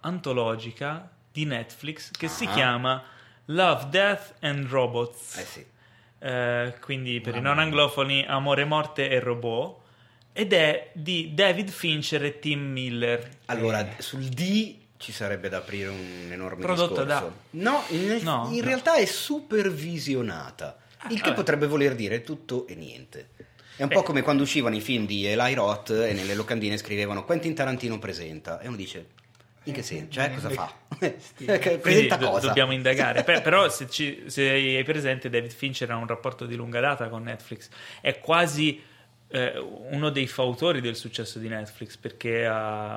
antologica di Netflix che si chiama Love, Death and Robots. Sì. quindi per i non anglofoni Amore, Morte e Robot, ed è di David Fincher e Tim Miller. Allora, sul D ci sarebbe da aprire un enorme Prodotta discorso. No, in realtà è supervisionata, il che potrebbe voler dire tutto e niente. È un po' come quando uscivano i film di Eli Roth e nelle locandine scrivevano Quentin Tarantino presenta, e uno dice in che senso? Cioè cosa fa? Presenta cosa? Dobbiamo indagare. Però se hai presente, David Fincher ha un rapporto di lunga data con Netflix, è quasi uno dei fautori del successo di Netflix, perché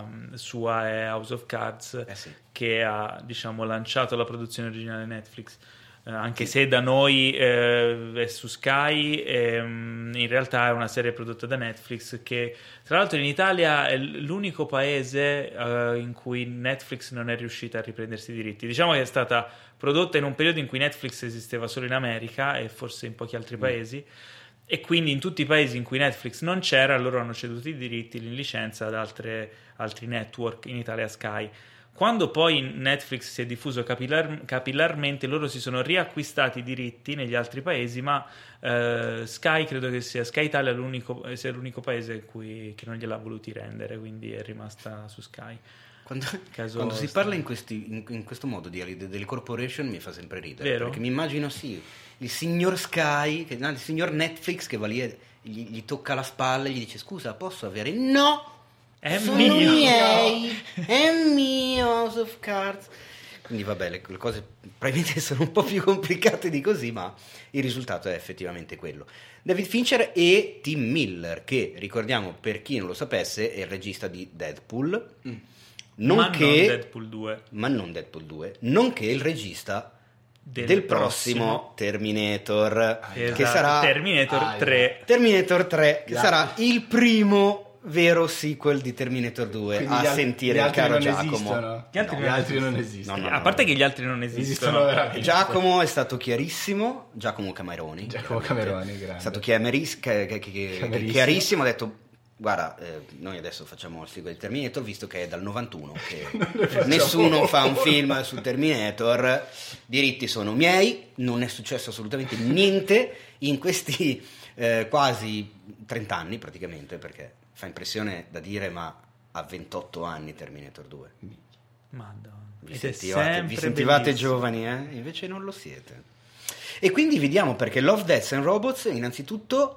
sua è House of Cards, che ha, diciamo, lanciato la produzione originale Netflix. Anche se da noi è su Sky, in realtà è una serie prodotta da Netflix, che tra l'altro in Italia è l'unico paese in cui Netflix non è riuscita a riprendersi i diritti. Diciamo che è stata prodotta in un periodo in cui Netflix esisteva solo in America e forse in pochi altri paesi, e quindi in tutti i paesi in cui Netflix non c'era loro hanno ceduto i diritti in licenza ad altri network, in Italia Sky. Quando poi Netflix si è diffuso capillarmente, loro si sono riacquistati i diritti negli altri paesi, ma Sky, credo che sia Sky Italia sia l'unico paese che non gliel'ha voluti rendere, quindi è rimasta su Sky. Quando si parla in questo modo delle corporation mi fa sempre ridere. Vero? Perché mi immagino il signor Sky, il signor Netflix che va lì e gli tocca la spalla e gli dice scusa, posso avere? No! Sono miei, è mio House of Cards. Quindi vabbè, le cose probabilmente sono un po' più complicate di così, ma il risultato è effettivamente quello. David Fincher e Tim Miller, che ricordiamo, per chi non lo sapesse, è il regista di Deadpool, non Deadpool 2, nonché il regista del prossimo Terminator, che sarà Terminator 3, che sarà il primo vero sequel di Terminator 2. Quindi sentire il caro Giacomo. Gli altri non esistono. No. A parte che gli altri non esistono veramente. Giacomo è stato chiarissimo. Giacomo Cameroni, grazie. è stato chiarissimo. Ha detto guarda, noi adesso facciamo il sequel di Terminator, visto che è dal 91 che nessuno fa un film su Terminator, diritti sono miei, non è successo assolutamente niente in questi quasi 30 anni praticamente, perché fa impressione da dire, ma a 28 anni Terminator 2. Madonna. Vi sentivate giovani, invece non lo siete. E quindi vediamo, perché Love, Death and Robots innanzitutto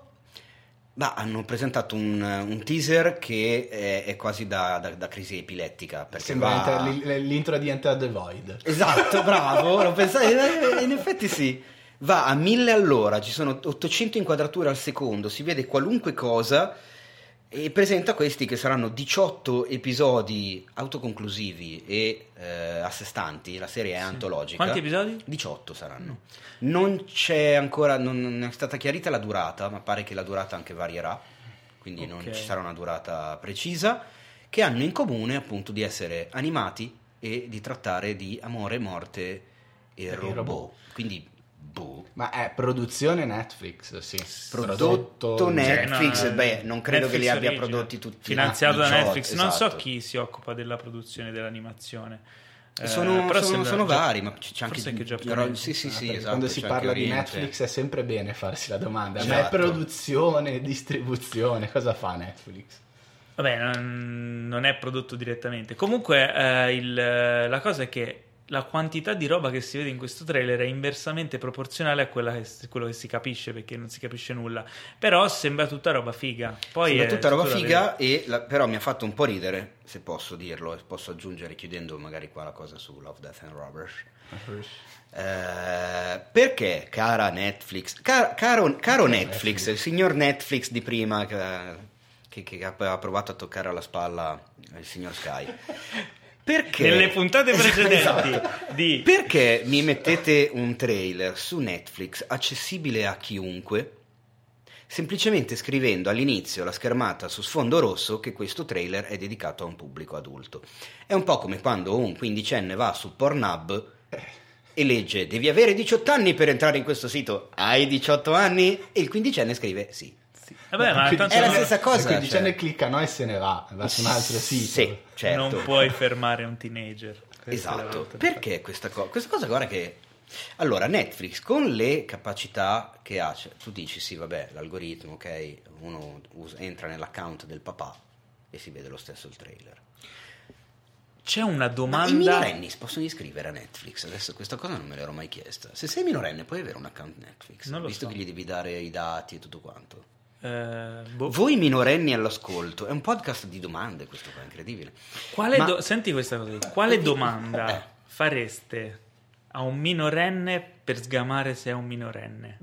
hanno presentato un teaser che è quasi da crisi epilettica, perché sembra l'intro di Enter the Void. Esatto, bravo, lo pensai, in effetti sì. Va a 1000 all'ora, ci sono 800 inquadrature al secondo, si vede qualunque cosa, e presenta questi che saranno 18 episodi autoconclusivi e a sé stanti. La serie è antologica. Quanti episodi? 18 saranno. Non c'è ancora, non è stata chiarita la durata, ma pare che la durata anche varierà, quindi non ci sarà una durata precisa, che hanno in comune appunto di essere animati e di trattare di amore, morte e robot. Quindi ma è produzione Netflix, sì. Prodotto Netflix, non credo Netflix che li abbia Origin, prodotti tutti. Finanziato da Netflix, esatto. Non so chi si occupa della produzione dell'animazione. Sono vari, ma c'è anche giapponesi. Sì, esatto. Quando si parla di Netflix è sempre bene farsi la domanda, ma è produzione, distribuzione, cosa fa Netflix? Vabbè, non è prodotto direttamente. Comunque la cosa è che la quantità di roba che si vede in questo trailer è inversamente proporzionale a quello che si capisce, perché non si capisce nulla. Però sembra tutta roba figa. Però mi ha fatto un po' ridere, se posso dirlo, e posso aggiungere chiudendo magari qua la cosa su Love, Death and Robots. Perché, cara Netflix, caro Netflix, il signor Netflix di prima che ha provato a toccare alla spalla il signor Sky. Perché nelle puntate precedenti perché mi mettete un trailer su Netflix accessibile a chiunque, semplicemente scrivendo all'inizio la schermata su sfondo rosso che questo trailer è dedicato a un pubblico adulto? È un po' come quando un quindicenne va su Pornhub e legge devi avere 18 anni per entrare in questo sito, hai 18 anni? E il quindicenne scrive sì. Vabbè, ma è la stessa cosa. Il quindicenne clicca no e se ne va su un altro sito. Sì, certo. Non puoi fermare un teenager. Esatto. Perché questa cosa guarda che Allora, Netflix con le capacità che ha, cioè, tu dici sì, vabbè, l'algoritmo, ok, uno entra nell'account del papà e si vede lo stesso il trailer. C'è una domanda. Ma i minorenni si possono iscrivere a Netflix? Adesso questa cosa non me l'ero mai chiesta. Se sei minorenne puoi avere un account Netflix, Non lo visto so. che gli devi dare i dati e tutto quanto. Boh. Voi minorenni all'ascolto, è un podcast di domande questo qua, è incredibile. Senti questa cosa. Quale domanda fareste a un minorenne per sgamare se è un minorenne?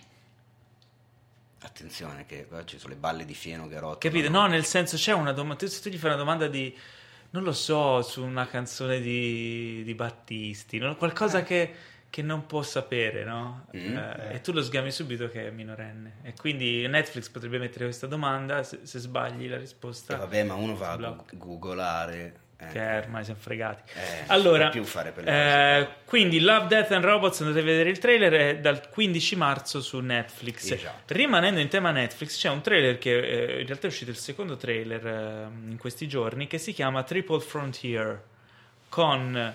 Attenzione che qua ci sono le balle di fieno che rotolano. Capite? No, nel senso c'è una domanda. Se tu gli fai una domanda di, non lo so, su una canzone di Battisti, no? Qualcosa che non può sapere, no? E tu lo sgami subito che è minorenne. E quindi Netflix potrebbe mettere questa domanda, se sbagli la risposta. Vabbè, ma uno va a blocca. googolare. Che ormai siamo fregati. Allora, più fare per le quindi Love, Death and Robots, andate a vedere il trailer, è dal 15 marzo su Netflix. Esatto. Rimanendo in tema Netflix, c'è un trailer che in realtà è uscito il secondo trailer in questi giorni, che si chiama Triple Frontier, con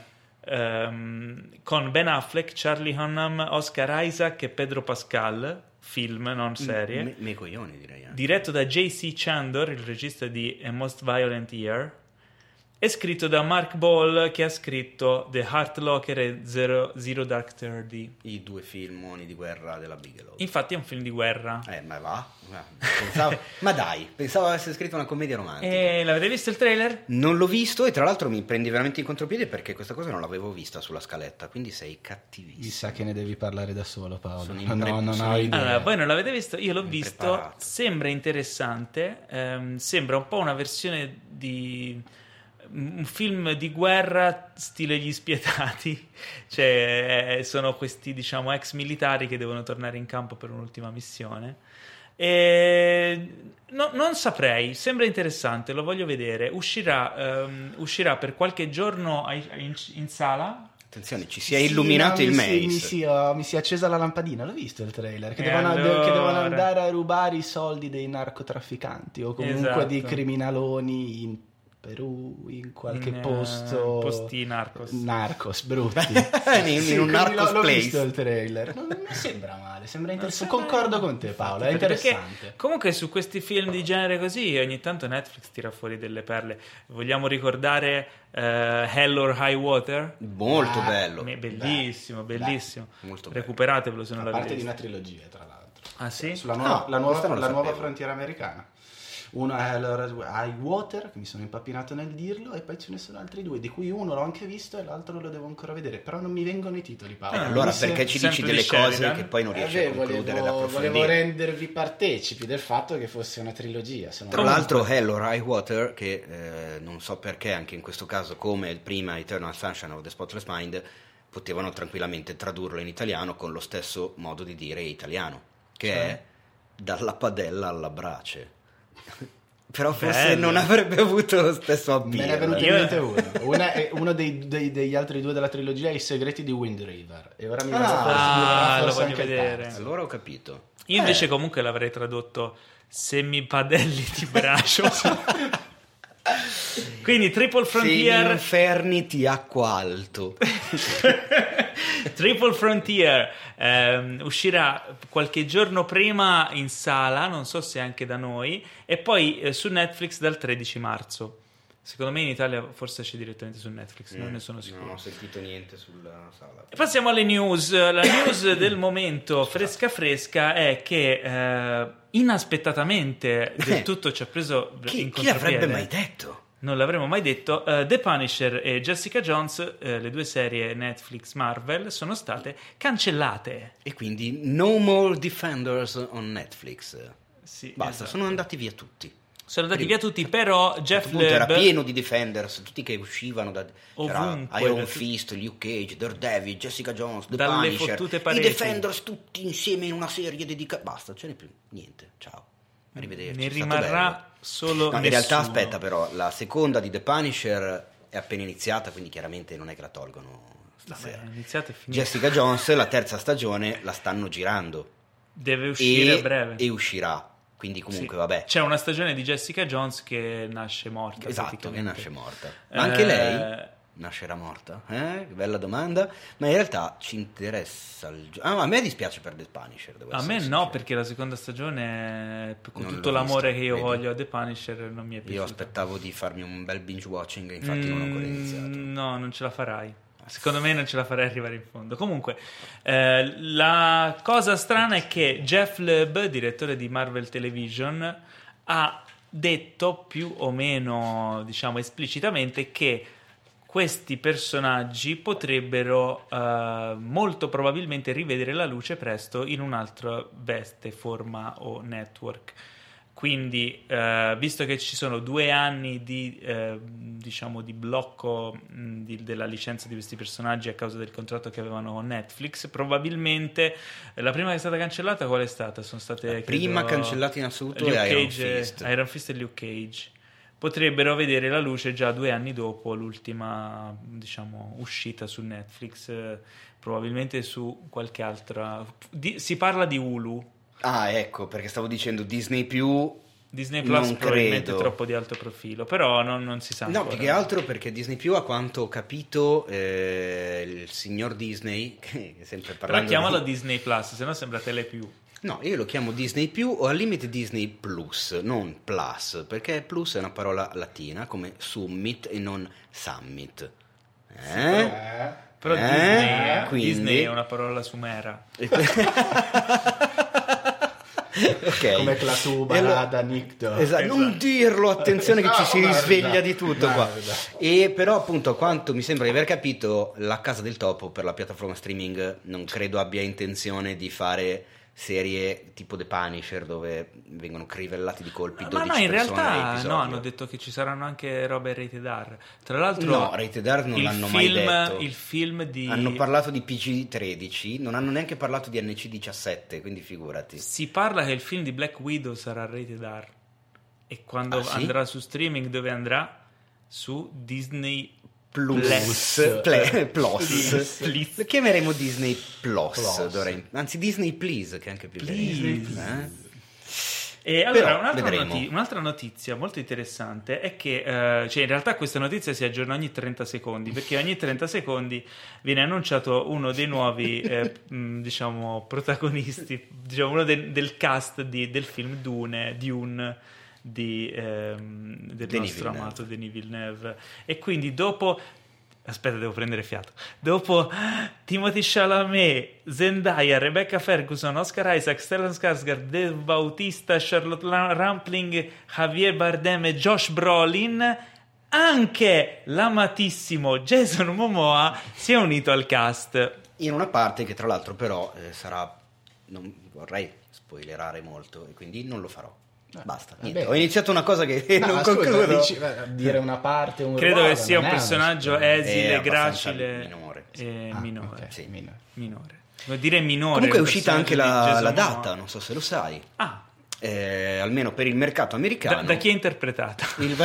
Ben Affleck, Charlie Hunnam, Oscar Isaac e Pedro Pascal. Film, non serie. Me coglioni, direi. Diretto da J.C. Chandor, il regista di A Most Violent Year. È scritto da Mark Ball, che ha scritto The Hurt Locker e Zero Dark Thirty. I due filmoni di guerra della Bigelow. Infatti è un film di guerra. Ma va? Pensavo avesse scritto una commedia romantica. E l'avete visto il trailer? Non l'ho visto e tra l'altro mi prendi veramente in contropiede perché questa cosa non l'avevo vista sulla scaletta, quindi sei cattivissimo. Mi sa che ne devi parlare da solo, Paolo. Sono Non ho idea. Allora, voi non l'avete visto? Io l'ho visto. Impreparato. Sembra interessante. Sembra un po' una versione di un film di guerra stile Gli Spietati, cioè sono questi, diciamo, ex militari che devono tornare in campo per un'ultima missione. Non saprei, sembra interessante, lo voglio vedere. Uscirà per qualche giorno in sala. Attenzione, ci si è illuminato il mail. Mi si è accesa la lampadina, l'ho visto il trailer. Che devono andare a rubare i soldi dei narcotrafficanti o comunque di criminaloni in Perù, in qualche posti narcos brutti. in un narcos l'ho place. Visto il trailer, non mi sembra male, sembra interessante. Concordo con te, Paolo, è interessante. Perché comunque su questi film di genere così ogni tanto Netflix tira fuori delle perle. Vogliamo ricordare Hell or High Water? Molto bello. Bellissimo. Molto bello. Recuperatevelo se non l'avete parte visto. di una trilogia, tra l'altro. Ah sì? Sulla No, la questo non lo nuova sapevo. frontiera americana. Uno è High Water, che mi sono impappinato nel dirlo, e poi ce ne sono altri due, di cui uno l'ho anche visto e l'altro lo devo ancora vedere, però non mi vengono i titoli, Paolo. Allora perché ci dici sempre delle di cose Sheridan? che poi non riesci a concludere da Volevo approfondire. rendervi partecipi del fatto che fosse una trilogia. Se no- Tra l'altro Hell or High Water, che non so perché anche in questo caso, come prima Eternal Sunshine of the Spotless Mind, potevano tranquillamente tradurlo in italiano con lo stesso modo di dire italiano, che è dalla padella alla brace. Però forse Bello. non avrebbe avuto lo stesso Me ne è appeal. venuto in mente uno. Uno degli altri due della trilogia è I segreti di Wind River. E ora mi lo voglio vedere. Allora ho capito. Io invece comunque l'avrei tradotto Se mi padelli ti braccio. Quindi Triple Se mi Frontier. inferni ti acqua alto. Triple Frontier uscirà qualche giorno prima in sala, non so se anche da noi, e poi su Netflix dal 13 marzo. Secondo me in Italia forse esce direttamente su Netflix, non ne sono sicuro. Non ho sentito niente sulla sala. E passiamo alle news. La news del momento fresca è che inaspettatamente del tutto ci ha preso in Chi l'avrebbe contropiede. mai detto? Non l'avremmo mai detto. The Punisher e Jessica Jones, le due serie Netflix Marvel, sono state cancellate. E quindi no more Defenders on Netflix. Sì, Basta, esatto. sono andati via tutti. Sono andati via tutti, però Jeff Appunto era Loeb pieno di Defenders, tutti che uscivano da Ovunque. Iron Fist, Luke Cage, Daredevil, Jessica Jones, The Dalle Punisher, fottute i pareti. Defenders tutti insieme in una serie dedicata. Basta, ce n'è più niente. Ciao. Arrivederci. ne è stato rimarrà bello. solo No, in nessuno. realtà aspetta però, la seconda di The Punisher è appena iniziata, quindi chiaramente non è che la tolgono stasera. Vabbè, iniziate e finite. Jessica Jones, la terza stagione, la stanno girando Deve uscire a breve. e uscirà. Quindi comunque vabbè. C'è una stagione di Jessica Jones che nasce morta. Esatto, che praticamente. nasce morta. Ma anche lei nascerà morta? Che bella domanda, ma in realtà ci interessa a me dispiace per The Punisher, a me no, perché la seconda stagione, con non tutto l'ho l'amore vista, che io vedi? voglio a The Punisher, non mi è piaciuta. Io aspettavo di farmi un bel binge watching, infatti non ho ancora iniziato. No, non ce la farai. Secondo me non ce la farei arrivare in fondo. Comunque, la cosa strana è che Jeff Loeb, direttore di Marvel Television, ha detto più o meno, diciamo, esplicitamente che questi personaggi potrebbero molto probabilmente rivedere la luce presto in un'altra veste, forma o network. Quindi, visto che ci sono 2 anni di, diciamo, di blocco della licenza di questi personaggi a causa del contratto che avevano con Netflix, probabilmente la prima che è stata cancellata, qual è stata? Sono state, la prima cancellata in assoluto è Iron Fist e Luke Cage. Potrebbero vedere la luce già 2 anni dopo l'ultima, diciamo, uscita su Netflix, probabilmente su qualche altra. Si parla di Hulu. Ah, ecco, perché stavo dicendo Disney Plus non probabilmente troppo di alto profilo, però non si sa ancora. No, più che altro perché Disney Plus, a quanto ho capito, il signor Disney, che sempre parlando... Però chiamalo Disney Plus, se no sembra Telepiù. No, io lo chiamo Disney Plus o al limite Disney Plus, non Plus, perché Plus è una parola latina come Summit e non Summit. Però Disney è una parola sumera. Okay. Come Clatubara da Nicto. Esatto. Non dirlo, attenzione che ci si risveglia di tutto qua. E però appunto, a quanto mi sembra di aver capito, la Casa del Topo per la piattaforma streaming non credo abbia intenzione di fare serie tipo The Punisher dove vengono crivellati di colpi 12 ma no, in persone realtà no, hanno detto che ci saranno anche robe rated R. Tra l'altro no, rated R non l'hanno mai detto. Il film di... hanno parlato di PG-13, non hanno neanche parlato di NC-17, quindi figurati. Si parla che il film di Black Widow sarà rated R e quando andrà su streaming, dove andrà? Su Disney Plus. Lo chiameremo Disney Plus. Anzi Disney Please, che è anche più carino. E allora un'altra notizia molto interessante è che cioè in realtà questa notizia si aggiorna ogni 30 secondi, perché ogni 30 secondi viene annunciato uno dei nuovi diciamo protagonisti, diciamo uno del cast del film Dune del nostro amato Denis Villeneuve. E quindi dopo prendere fiato. Dopo Timothée Chalamet, Zendaya, Rebecca Ferguson, Oscar Isaac, Stellan Skarsgård, Dave Bautista, Charlotte Rampling, Javier Bardem e Josh Brolin, anche l'amatissimo Jason Momoa si è unito al cast. In una parte che tra l'altro però sarà, non vorrei spoilerare molto e quindi non lo farò. Basta, niente. Ho iniziato una cosa che non concludo. Dire una parte, credo che sia un personaggio esile, gracile minore. Okay. Sì. Minore. Vuol dire minore. Comunque è uscita anche la data, non so se lo sai. Almeno per il mercato americano. Da chi è interpretata?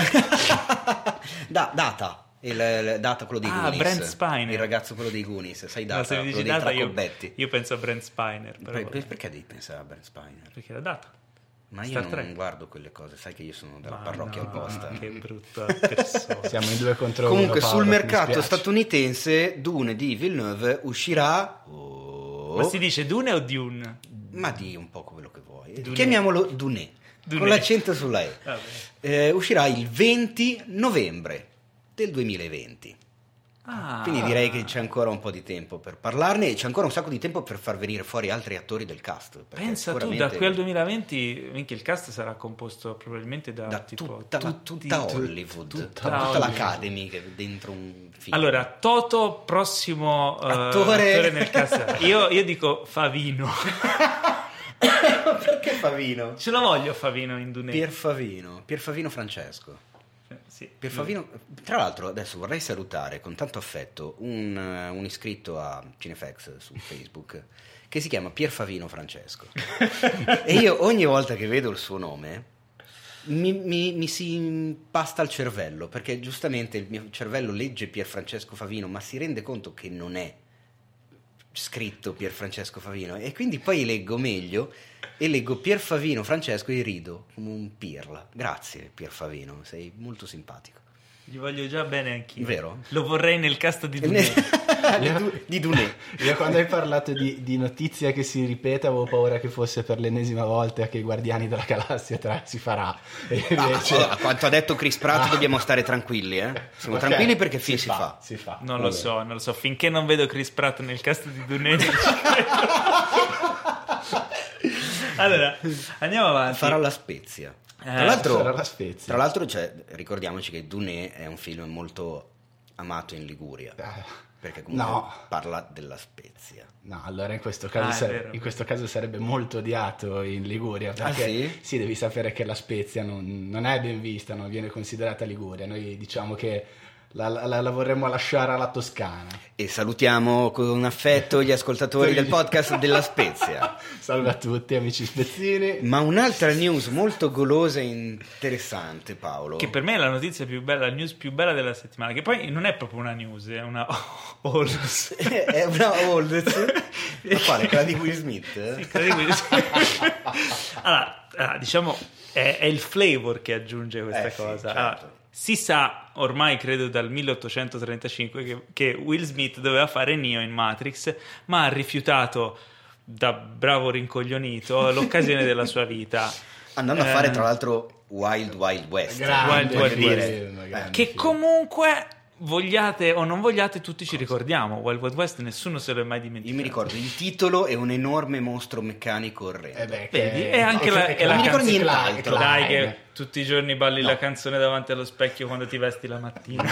Data. Il Data, quello dei Goonies. Brent Spiner, il ragazzo quello dei Goonies, sai Data, se mi dici quello Data, dei tracobetti. io penso a Brent Spiner, però perché devi pensare a Brent Spiner? Perché era Data. Ma io non guardo quelle cose, sai che io sono della parrocchia opposta. Che brutta persona. Siamo in 2 contro 1. Comunque sul mercato statunitense Dune di Villeneuve uscirà. Ma si dice Dune o Dune? Ma di un po' quello che vuoi. Dune. Chiamiamolo Dune. Con l'accento sulla E. Uscirà il 20 novembre del 2020. Quindi direi che c'è ancora un po' di tempo per parlarne e c'è ancora un sacco di tempo per far venire fuori altri attori del cast. Pensa tu, da qui al 2020 il cast sarà composto probabilmente da tipo tutta Hollywood, tutta l'Academy che è dentro un film. Allora, Toto prossimo attore nel cast. Io dico Favino. Perché Favino? Ce lo voglio Favino in Dune. Pier Favino Francesco. Sì. Pierfavino, tra l'altro adesso vorrei salutare con tanto affetto un iscritto a Cinefax su Facebook che si chiama Pierfavino Francesco e io ogni volta che vedo il suo nome mi si impasta il cervello, perché giustamente il mio cervello legge Pierfrancesco Favino ma si rende conto che non è scritto Pierfrancesco Favino e quindi poi leggo meglio e leggo Pierfavino Francesco e rido come un pirla. Grazie Pierfavino, sei molto simpatico. Gli voglio già bene anch'io. Vero? Lo vorrei nel cast di Duné. di Duné. Io quando hai parlato di notizia che si ripete avevo paura che fosse per l'ennesima volta che i Guardiani della Galassia 3 si farà. E invece... a quanto ha detto Chris Pratt dobbiamo stare tranquilli, Siamo Ok, tranquilli perché film si fa. Si fa. Non lo so, finché non vedo Chris Pratt nel cast di Duné. Allora, andiamo avanti. Farà La Spezia. sarà La Spezia. Tra l'altro ricordiamoci che Duné è un film molto amato in Liguria, perché comunque parla della Spezia. No, allora in questo caso, in questo caso sarebbe molto odiato in Liguria, perché sì? Devi sapere che La Spezia non è ben vista, non viene considerata Liguria. Noi diciamo che la vorremmo lasciare alla Toscana. E salutiamo con affetto gli ascoltatori del podcast della Spezia. Salve a tutti amici spezzini. Ma un'altra news molto golosa e interessante, Paolo, che per me è la notizia più bella, la news più bella della settimana, che poi non è proprio una news, è una olds. È una olds. Ma quale? Quella di Will Smith? Sì, quella di Will Smith. Allora, diciamo è il flavor che aggiunge questa cosa. Certo. Allora, si sa ormai, credo dal 1835, che Will Smith doveva fare Neo in Matrix, ma ha rifiutato, da bravo rincoglionito, l'occasione della sua vita, andando a fare tra l'altro Wild Wild West. Wild Wild West. che comunque, vogliate o non vogliate, tutti ci ricordiamo. Wild Wild West nessuno se lo è mai dimenticato. Io mi ricordo il titolo e un enorme mostro meccanico orrendo. Vedi? E anche la non mi ricordo canzone. nient'altro. Dai, che tutti i giorni balli la canzone davanti allo specchio quando ti vesti la mattina.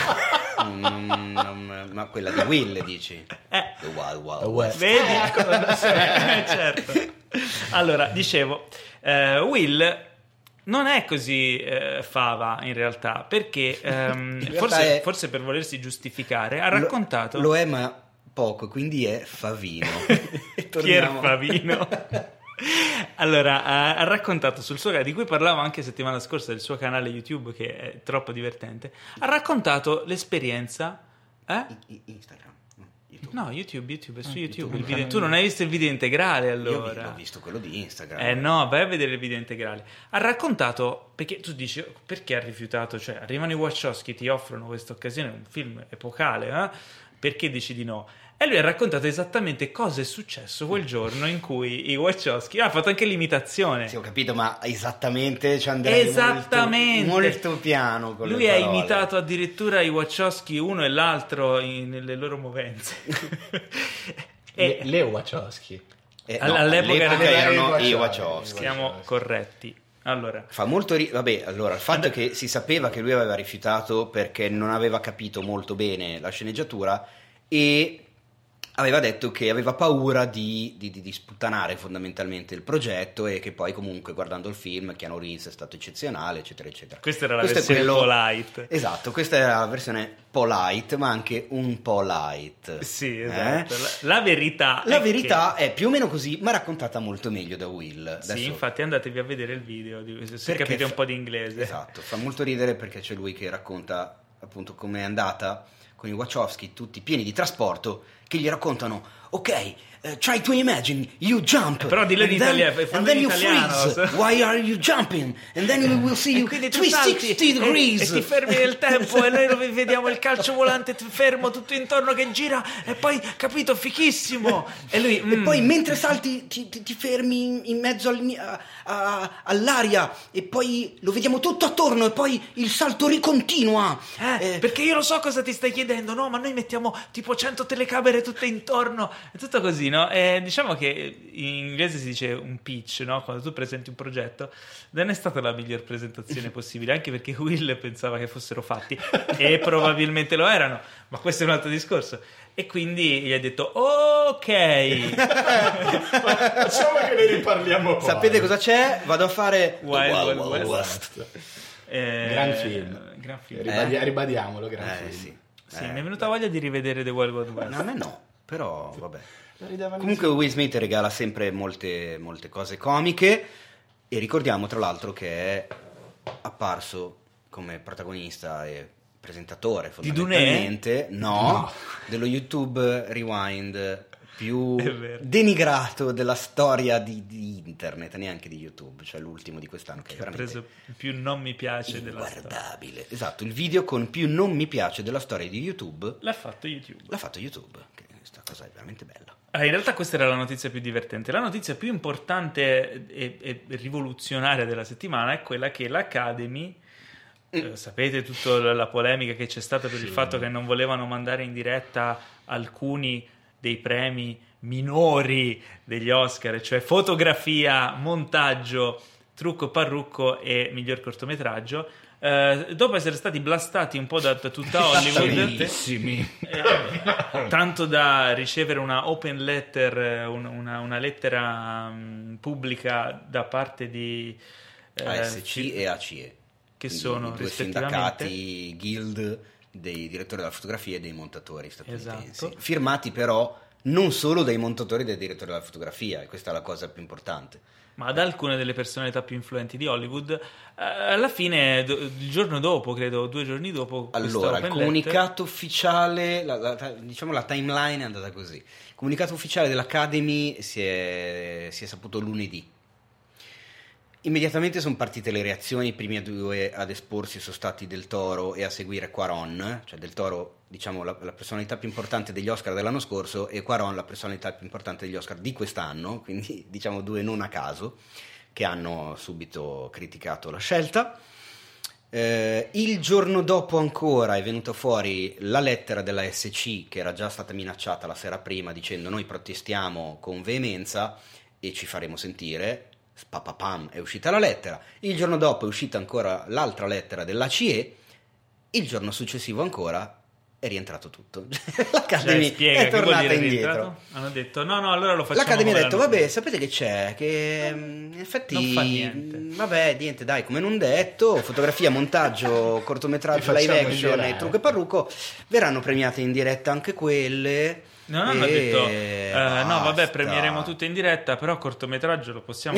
Ma quella di Will, dici? The Wild Wild West. Vedi? Certo. Allora, dicevo, Will non è così fava in realtà, perché forse per volersi giustificare ha raccontato... Lo è, ma poco, quindi è Favino. Pier Favino. Allora, ha raccontato sul suo canale, di cui parlavo anche settimana scorsa, del suo canale YouTube, che è troppo divertente. Ha raccontato l'esperienza. Instagram. No, YouTube, è su YouTube il video. Tu non hai visto il video integrale, allora? Io ho visto quello di Instagram. No, vai a vedere il video integrale. Ha raccontato, perché tu dici, perché ha rifiutato? Cioè, arrivano i Wachowski, ti offrono questa occasione, un film epocale, perché dici di no? E lui ha raccontato esattamente cosa è successo quel giorno in cui i Wachowski... ha fatto anche l'imitazione. Sì, ho capito, ma esattamente ci andrei molto piano con lui le ha parole. imitato addirittura i Wachowski uno e l'altro nelle loro movenze. Le Wachowski. All'epoca erano i Wachowski. Siamo corretti. Allora, fa molto il fatto che si sapeva che lui aveva rifiutato perché non aveva capito molto bene la sceneggiatura e aveva detto che aveva paura di sputtanare fondamentalmente il progetto, e che poi comunque guardando il film Keanu Reeves è stato eccezionale, eccetera eccetera. Questa era la versione polite. Esatto, questa era la versione polite, ma anche un po' light. Sì, esatto. La verità è più o meno così, ma raccontata molto meglio da Will. Adesso, sì, infatti andatevi a vedere il video se capite un po' di inglese. Esatto, fa molto ridere perché c'è lui che racconta appunto come è andata con i Wachowski, tutti pieni di trasporto, che gli raccontano: ok, try to imagine you jump, però dillo in italiano, and then you freeze. Why are you jumping? And then we will see you 360 degrees. E ti fermi nel tempo e noi vediamo il calcio volante fermo tutto intorno che gira, e poi, capito, fichissimo. E lui e poi mentre salti ti fermi in mezzo all'aria, e poi lo vediamo tutto attorno, e poi il salto ricontinua. Perché io lo so cosa ti stai chiedendo, no? Ma noi mettiamo tipo 100 telecamere tutte intorno, è tutto così, no? Diciamo che in inglese si dice un pitch, no? Quando tu presenti un progetto, non è stata la miglior presentazione possibile, anche perché Will pensava che fossero fatti e probabilmente lo erano, ma questo è un altro discorso. E quindi gli ha detto: ok, facciamo che ne riparliamo poi. Sapete cosa c'è? Vado a fare Wild West. Gran film. Ribadiamolo, gran film. Sì, mi è venuta voglia di rivedere The Wild Wild West. No, a me no, però vabbè. Comunque Will Smith regala sempre molte cose comiche, e ricordiamo tra l'altro che è apparso come protagonista e presentatore fondamentalmente, no, dello YouTube Rewind più È vero. denigrato della storia di internet, neanche di YouTube, cioè l'ultimo di quest'anno che è Ha veramente preso più non mi piace della storia. inguardabile. Esatto, il video con più non mi piace della storia di YouTube L'ha fatto YouTube. che questa cosa è veramente bella. In realtà questa era la notizia più divertente. La notizia più importante e rivoluzionaria della settimana è quella che l'Academy, sapete tutta la polemica che c'è stata per il fatto che non volevano mandare in diretta alcuni dei premi minori degli Oscar, cioè fotografia, montaggio, trucco, parrucco e miglior cortometraggio. Dopo essere stati blastati un po' da tutta Hollywood, tanto da ricevere una open letter, una lettera pubblica da parte di ASC e ACE, che quindi sono i due rispettivamente sindacati guild dei direttori della fotografia e dei montatori statunitensi, Esatto. firmati però non solo dai montatori e dai direttori della fotografia, e questa è la cosa più importante. ma da alcune delle personalità più influenti di Hollywood. Alla fine, il giorno dopo, credo 2 giorni dopo, Allora, il comunicato ufficiale, diciamo la timeline è andata così. Il comunicato ufficiale dell'Academy si è saputo lunedì. Immediatamente sono partite le reazioni. I primi due ad esporsi sono stati Del Toro e a seguire Cuarón, cioè Del Toro, diciamo, la personalità più importante degli Oscar dell'anno scorso, e Cuarón la personalità più importante degli Oscar di quest'anno, quindi diciamo due non a caso, che hanno subito criticato la scelta. Il giorno dopo ancora è venuta fuori la lettera della SC, che era già stata minacciata la sera prima, dicendo: noi protestiamo con veemenza e ci faremo sentire. Spapapam, è uscita la lettera. Il giorno dopo è uscita ancora l'altra lettera dell'ACE. Il giorno successivo ancora è rientrato tutto. L'Academy è tornata indietro. Hanno detto no, allora lo facciamo. L'Academy ha detto: vabbè, sapete che c'è? Che in effetti non fa niente. Vabbè, niente, dai, come non detto, fotografia, montaggio, cortometraggio, live action e trucco e parrucco verranno premiate in diretta anche quelle. Non hanno detto no, vabbè, basta. premieremo tutte in diretta, però cortometraggio lo possiamo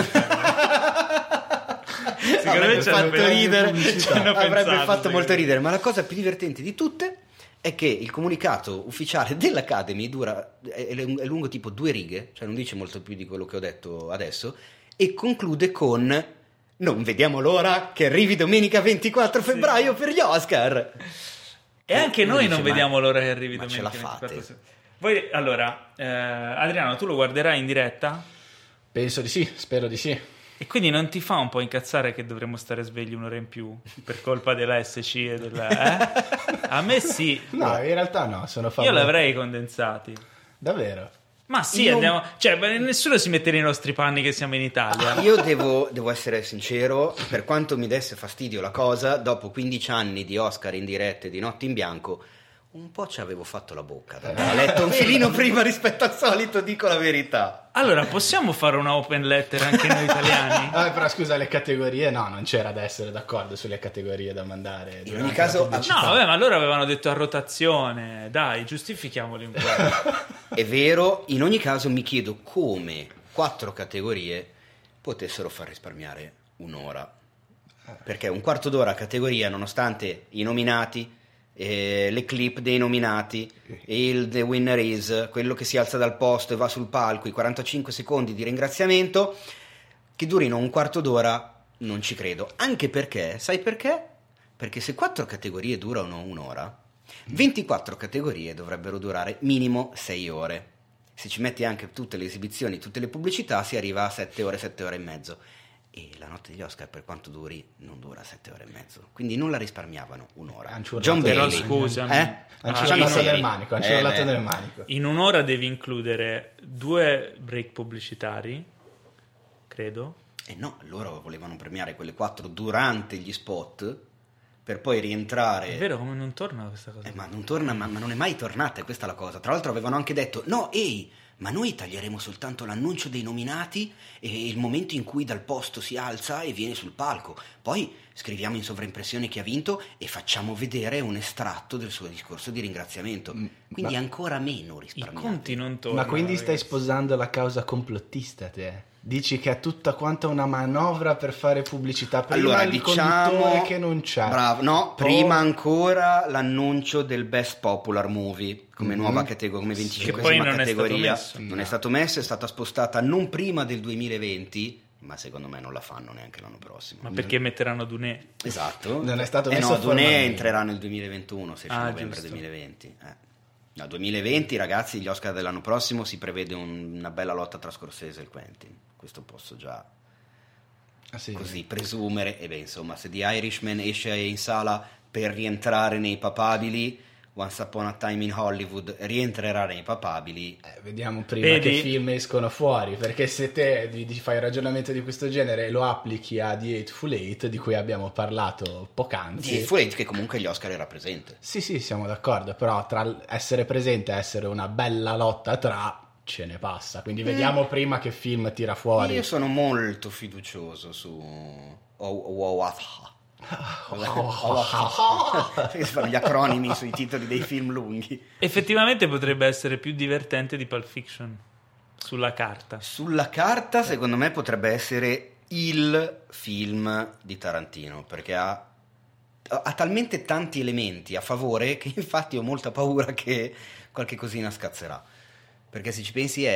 fare. Sicuramente ci hanno fatto ridere, ci hanno avrebbe pensato, fatto molto sì. ridere, ma la cosa più divertente di tutte è che il comunicato ufficiale dell'Academy è lungo tipo 2 righe, cioè non dice molto più di quello che ho detto adesso, e conclude con: non vediamo l'ora che arrivi domenica 24 febbraio per gli Oscar. E anche noi non dice, vediamo l'ora che arrivi ma ce domenica la fate? 24. Voi, allora, Adriano, tu lo guarderai in diretta? Penso di sì, spero di sì. E quindi non ti fa un po' incazzare che dovremmo stare svegli un'ora in più per colpa della SC e della... A me sì. No, in realtà no, sono Io favorevole. l'avrei condensati. Davvero? Ma sì, Io- andiamo... Cioè, nessuno si mette nei nostri panni che siamo in Italia. Io devo essere sincero, per quanto mi desse fastidio la cosa, dopo 15 anni di Oscar in diretta e di Notti in Bianco, un po' ci avevo fatto la bocca. Ho letto un filino prima rispetto al solito, dico la verità. Allora, possiamo fare una open letter anche noi italiani? Vabbè, però scusa, le categorie no, non c'era da essere d'accordo sulle categorie da mandare. In ogni caso, No, vabbè, ma loro avevano detto a rotazione. Dai, giustifichiamoli un po'. è vero, in ogni caso mi chiedo come 4 categorie potessero far risparmiare un'ora. Perché un quarto d'ora a categoria, nonostante i nominati, le clip dei nominati, il The Winner Is, quello che si alza dal posto e va sul palco, i 45 secondi di ringraziamento, che durino un quarto d'ora, non ci credo. Anche perché, sai perché? Perché se 4 categorie durano un'ora, 24 categorie dovrebbero durare minimo 6 ore. Se ci metti anche tutte le esibizioni, tutte le pubblicità, si arriva a 7 ore, 7 ore e mezzo. E la notte degli Oscar, per quanto duri, non dura 7 ore e mezzo. Quindi non la risparmiavano un'ora. John Però Bailey, scusami. Facciamo del seri. manico, anciullato beh. del manico. In un'ora devi includere 2 break pubblicitari, credo. No, loro volevano premiare quelle 4 durante gli spot, per poi rientrare. È vero, come non torna questa cosa? Ma non torna, ma non è mai tornata, è questa la cosa. Tra l'altro avevano anche detto: no, ehi, ma noi taglieremo soltanto l'annuncio dei nominati e il momento in cui dal posto si alza e viene sul palco. Poi scriviamo in sovraimpressione chi ha vinto e facciamo vedere un estratto del suo discorso di ringraziamento. Quindi ma- ancora meno I risparmiato. conti non tornano. Ma quindi stai ragazzi. sposando la causa complottista, te? Dici che è tutta quanta una manovra per fare pubblicità. Prima allora, il conduttore che non c'è. Bravo, no, prima ancora l'annuncio del Best Popular Movie come nuova categoria, come 25esima categoria. Non è stato messo, è stata spostata non prima del 2020, ma secondo me non la fanno neanche l'anno prossimo. Ma perché metteranno Duné? Esatto. Non è stato messo no, Duné entrerà nel 2021, 16 novembre giusto. 2020. No, 2020, ragazzi, gli Oscar dell'anno prossimo si prevede una bella lotta tra Scorsese e Quentin. Questo posso già così presumere. E beh, insomma, se The Irishman esce in sala per rientrare nei papabili, Once Upon a Time in Hollywood rientrerà nei papabili. Vediamo prima che film escono fuori, perché se te fai un ragionamento di questo genere e lo applichi a The Hateful Eight, di cui abbiamo parlato poc'anzi. The Hateful Eight, che comunque gli Oscar era presente. Sì, siamo d'accordo, però tra essere presente e essere una bella lotta ce ne passa, quindi vediamo prima che film tira fuori. Io sono molto fiducioso su perché si fanno gli acronimi sui titoli dei film lunghi. Effettivamente potrebbe essere più divertente di Pulp Fiction sulla carta. Sulla carta secondo me potrebbe essere il film di Tarantino, perché ha talmente tanti elementi a favore che infatti ho molta paura che qualche cosina scazzerà, perché se ci pensi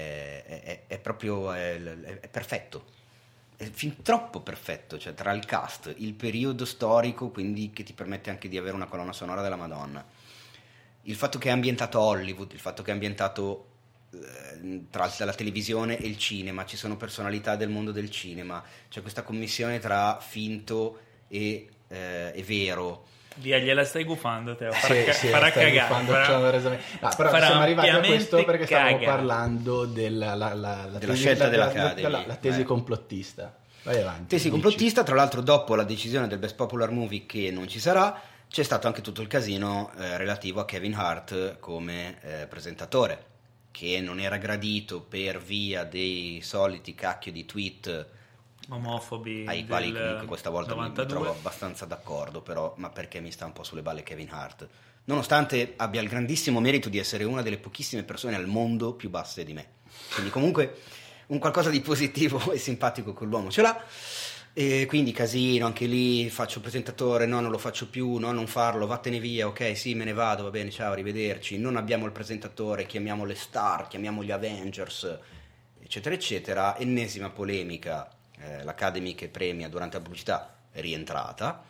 è proprio è perfetto. È fin troppo perfetto, cioè tra il cast, il periodo storico, quindi che ti permette anche di avere una colonna sonora della Madonna, il fatto che è ambientato a Hollywood, il fatto che è ambientato tra la televisione e il cinema, ci sono personalità del mondo del cinema, c'è questa commissione tra finto e vero. Via, gliela stai gufando, Teo. Farà cagare. Però siamo arrivati a questo perché stavamo parlando della scelta dell'Academy. La tesi complottista. Vai avanti. Tesi complottista, tra l'altro dopo la decisione del Best Popular Movie che non ci sarà, c'è stato anche tutto il casino relativo a Kevin Hart come presentatore, che non era gradito per via dei soliti cacchio di tweet omofobi ai quali comunque questa volta 92. mi trovo abbastanza d'accordo, però ma perché mi sta un po' sulle balle Kevin Hart, nonostante abbia il grandissimo merito di essere una delle pochissime persone al mondo più basse di me, quindi comunque un qualcosa di positivo e simpatico quell'uomo ce l'ha. E quindi casino anche lì, faccio presentatore, no non lo faccio più, no non farlo, vattene via, ok sì me ne vado, va bene, ciao, arrivederci, non abbiamo il presentatore, chiamiamo le star, chiamiamo gli Avengers, eccetera eccetera. Ennesima polemica, l'Academy che premia durante la pubblicità è rientrata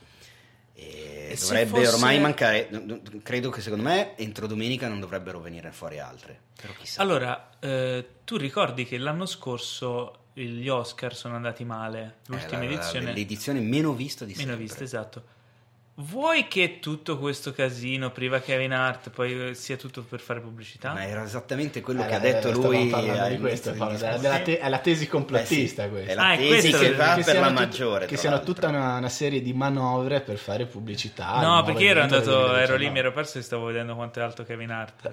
e dovrebbe ormai mancare, credo che secondo me entro domenica non dovrebbero venire fuori altre, però chissà. Allora tu ricordi che l'anno scorso gli Oscar sono andati male, l'ultima edizione, l'edizione meno vista di sempre. Meno vista, esatto. Vuoi che tutto questo casino priva Kevin Hart poi sia tutto per fare pubblicità? Ma era esattamente quello che ha detto lui. Parlando di questo, è la tesi complottista questa. È la tesi che va per la maggiore. Che siano tutta una serie di manovre per fare pubblicità. No, perché ero lì, mi ero perso e stavo vedendo quanto è alto Kevin Hart.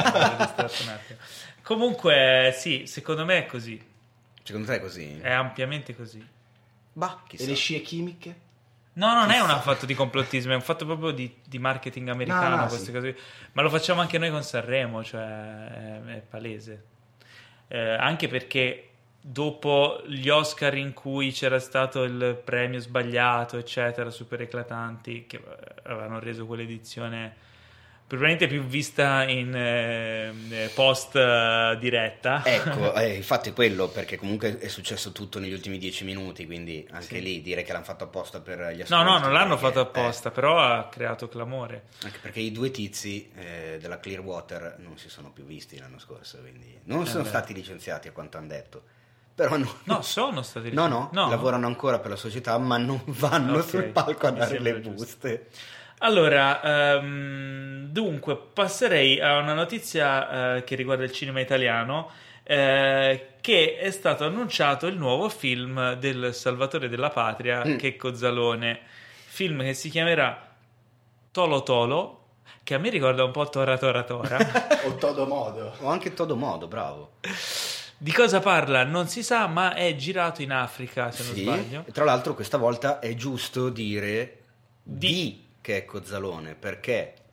Comunque sì, secondo me è così. Secondo te è così? È ampiamente così. Bah, chissà. E le scie chimiche? No, non è un fatto di complottismo, è un fatto proprio di marketing americano, queste cose. Ma lo facciamo anche noi con Sanremo, cioè è palese. Anche perché dopo gli Oscar in cui c'era stato il premio sbagliato, eccetera, super eclatanti, che avevano reso quell'edizione probabilmente più vista in post diretta. Ecco, infatti quello, perché comunque è successo tutto negli ultimi 10 minuti, quindi anche lì dire che l'hanno fatto apposta per gli ascolti. No, non l'hanno fatto apposta, però ha creato clamore. Anche perché i due tizi della Clearwater non si sono più visti l'anno scorso, quindi non sono stati licenziati a quanto hanno detto. Però no, sono stati licenziati. No, lavorano ancora per la società, ma non vanno sul palco a dare le buste. Allora, dunque, passerei a una notizia che riguarda il cinema italiano, che è stato annunciato il nuovo film del Salvatore della Patria, Checco Zalone, film che si chiamerà Tolo Tolo, che a me ricorda un po' Tora Tora Tora. O Todomodo. O anche Todomodo, bravo. Di cosa parla non si sa, ma è girato in Africa, se non sbaglio. E tra l'altro questa volta è giusto dire di Checco Zalone, perché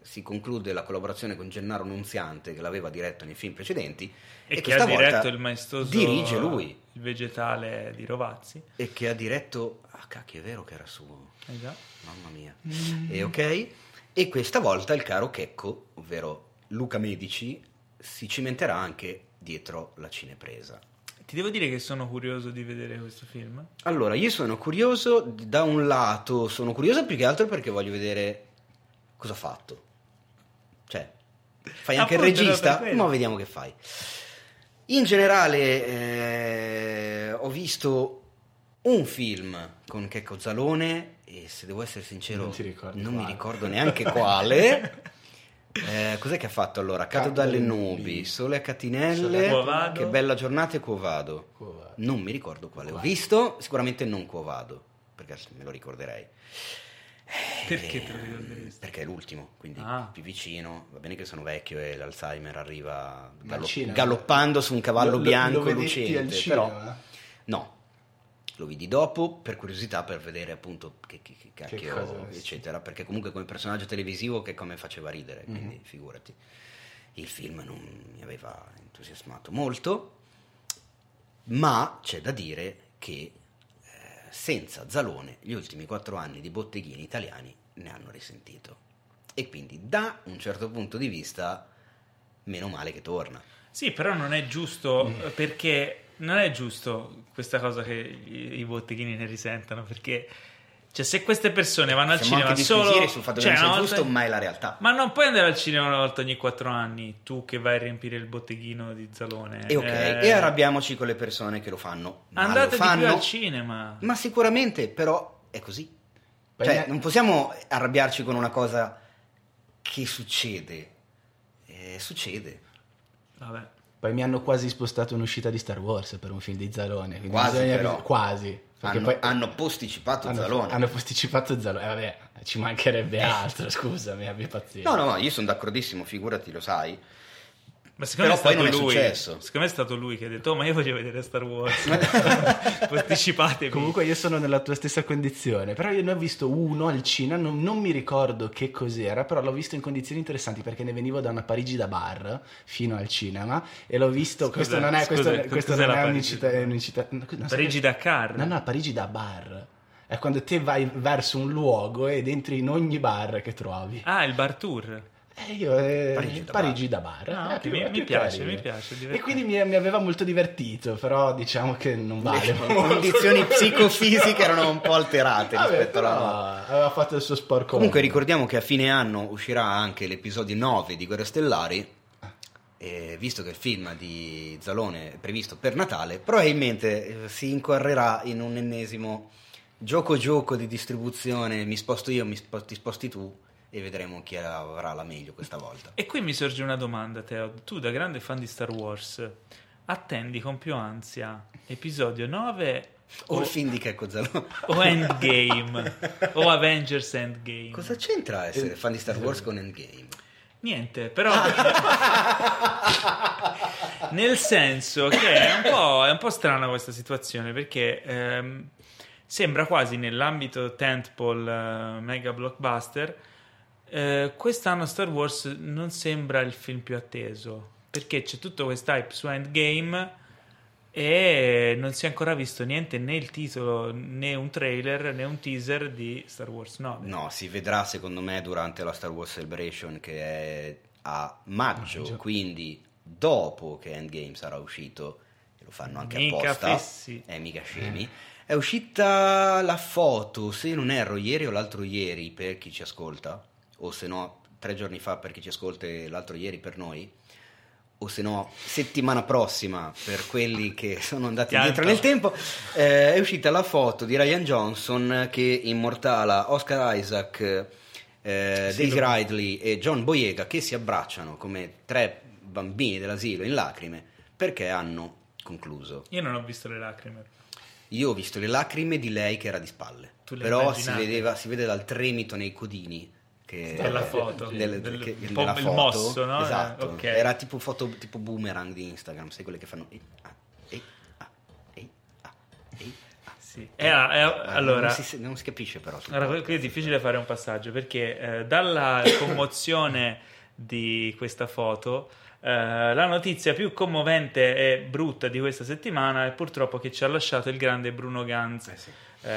si conclude la collaborazione con Gennaro Nunziante, che l'aveva diretto nei film precedenti, e che questa ha diretto volta il maestoso dirige lui, il vegetale di Rovazzi, e che ha diretto, cacchio, è vero che era suo, già. mamma mia, e ok, e questa volta il caro Checco, ovvero Luca Medici, si cimenterà anche dietro la cinepresa. Ti devo dire che sono curioso di vedere questo film. Allora, io sono curioso, da un lato sono curioso più che altro perché voglio vedere cosa ha fatto. Cioè, fai anche il Appunto, regista, no, ma vediamo che fai. In generale ho visto un film con Checco Zalone e se devo essere sincero non mi ricordo neanche quale. Cos'è che ha fatto allora? Cado dalle nubi, Sole a catinelle, Che bella giornata e Quo Vado. Non mi ricordo quale ho visto, sicuramente non Quo Vado, perché me lo ricorderei. Perché te lo ricorderesti? Perché è l'ultimo, quindi più vicino. Va bene che sono vecchio e l'Alzheimer arriva galoppando su un cavallo bianco lucente, però no. Lo vidi dopo per curiosità, per vedere appunto che cacchio, eccetera, perché comunque come personaggio televisivo che come faceva ridere, quindi figurati. Il film non mi aveva entusiasmato molto, ma c'è da dire che senza Zalone gli ultimi 4 anni di botteghini italiani ne hanno risentito, e quindi da un certo punto di vista meno male che torna. Sì, però non è giusto, perché non è giusto questa cosa che i botteghini ne risentano, perché cioè se queste persone vanno al cinema anche solo sul fatto che non sia giusto, ma è la realtà. Ma non puoi andare al cinema una volta ogni 4 anni, tu che vai a riempire il botteghino di Zalone. E ok, e arrabbiamoci con le persone che lo fanno. Andate di più al cinema. Ma sicuramente, però è così. Cioè, non possiamo arrabbiarci con una cosa che succede. Succede. Vabbè. Poi mi hanno quasi spostato un'uscita di Star Wars per un film di Zalone. Quasi, però. Quasi. Hanno posticipato Zalone. Hanno posticipato Zalone. Vabbè, ci mancherebbe altro, scusami, abbi pazienza. No, io sono d'accordissimo, figurati, lo sai. Ma secondo però me poi non è successo. Secondo me è stato lui che ha detto: ma io voglio vedere Star Wars. Posticipatevi. Comunque io sono nella tua stessa condizione. Però io ne ho visto uno al cinema, non mi ricordo che cos'era, però l'ho visto in condizioni interessanti perché ne venivo da una Parigi da bar fino al cinema e l'ho visto. Questo non è un'incitazione. Parigi Dakar. No, Parigi da bar. È quando te vai verso un luogo ed entri in ogni bar che trovi. Ah, il bar tour. Parigi da bar. Mi piace. E quindi mi aveva molto divertito, però diciamo che non vale. Le condizioni psicofisiche erano un po' alterate rispetto alla... Aveva fatto il suo sporco. Comunque ricordiamo che a fine anno uscirà anche l'episodio 9 di Guerre Stellari, e visto che il film di Zalone è previsto per Natale, probabilmente si incorrerà in un ennesimo gioco di distribuzione, mi sposto io, ti sposti tu, e vedremo chi avrà la meglio questa volta. E qui mi sorge una domanda, Teo. Tu, da grande fan di Star Wars, attendi con più ansia episodio 9 o il film di Checco Zalone o Endgame o Avengers Endgame? Cosa c'entra essere fan di Star Wars con Endgame? Niente, però nel senso che è un po' strana questa situazione, perché sembra quasi nell'ambito tentpole mega blockbuster. Quest'anno Star Wars non sembra il film più atteso, perché c'è tutto quest'hype su Endgame e non si è ancora visto niente, né il titolo, né un trailer, né un teaser di Star Wars 9. No, si vedrà secondo me durante la Star Wars Celebration, che è a maggio. Quindi dopo che Endgame sarà uscito, e lo fanno anche apposta, mica scemi. È uscita la foto, se non erro ieri o l'altro ieri per chi ci ascolta, o se no 3 giorni fa per chi ci ascolta e l'altro ieri per noi, o se no settimana prossima per quelli che sono andati indietro nel tempo, è uscita la foto di Rian Johnson che immortala Oscar Isaac, Daisy Ridley e John Boyega, che si abbracciano come 3 bambini dell'asilo in lacrime perché hanno concluso. Io non ho visto le lacrime. Io ho visto le lacrime di lei che era di spalle, però si vede dal tremito nei codini della foto, della foto, il mosso, no? Esatto. Okay. Era tipo foto tipo boomerang di Instagram, sai quelle che fanno sì. Sì. Allora, non si capisce però. Allora, qui è difficile fare un passaggio perché dalla commozione di questa foto, la notizia più commovente e brutta di questa settimana è purtroppo che ci ha lasciato il grande Bruno Ganz. Sì.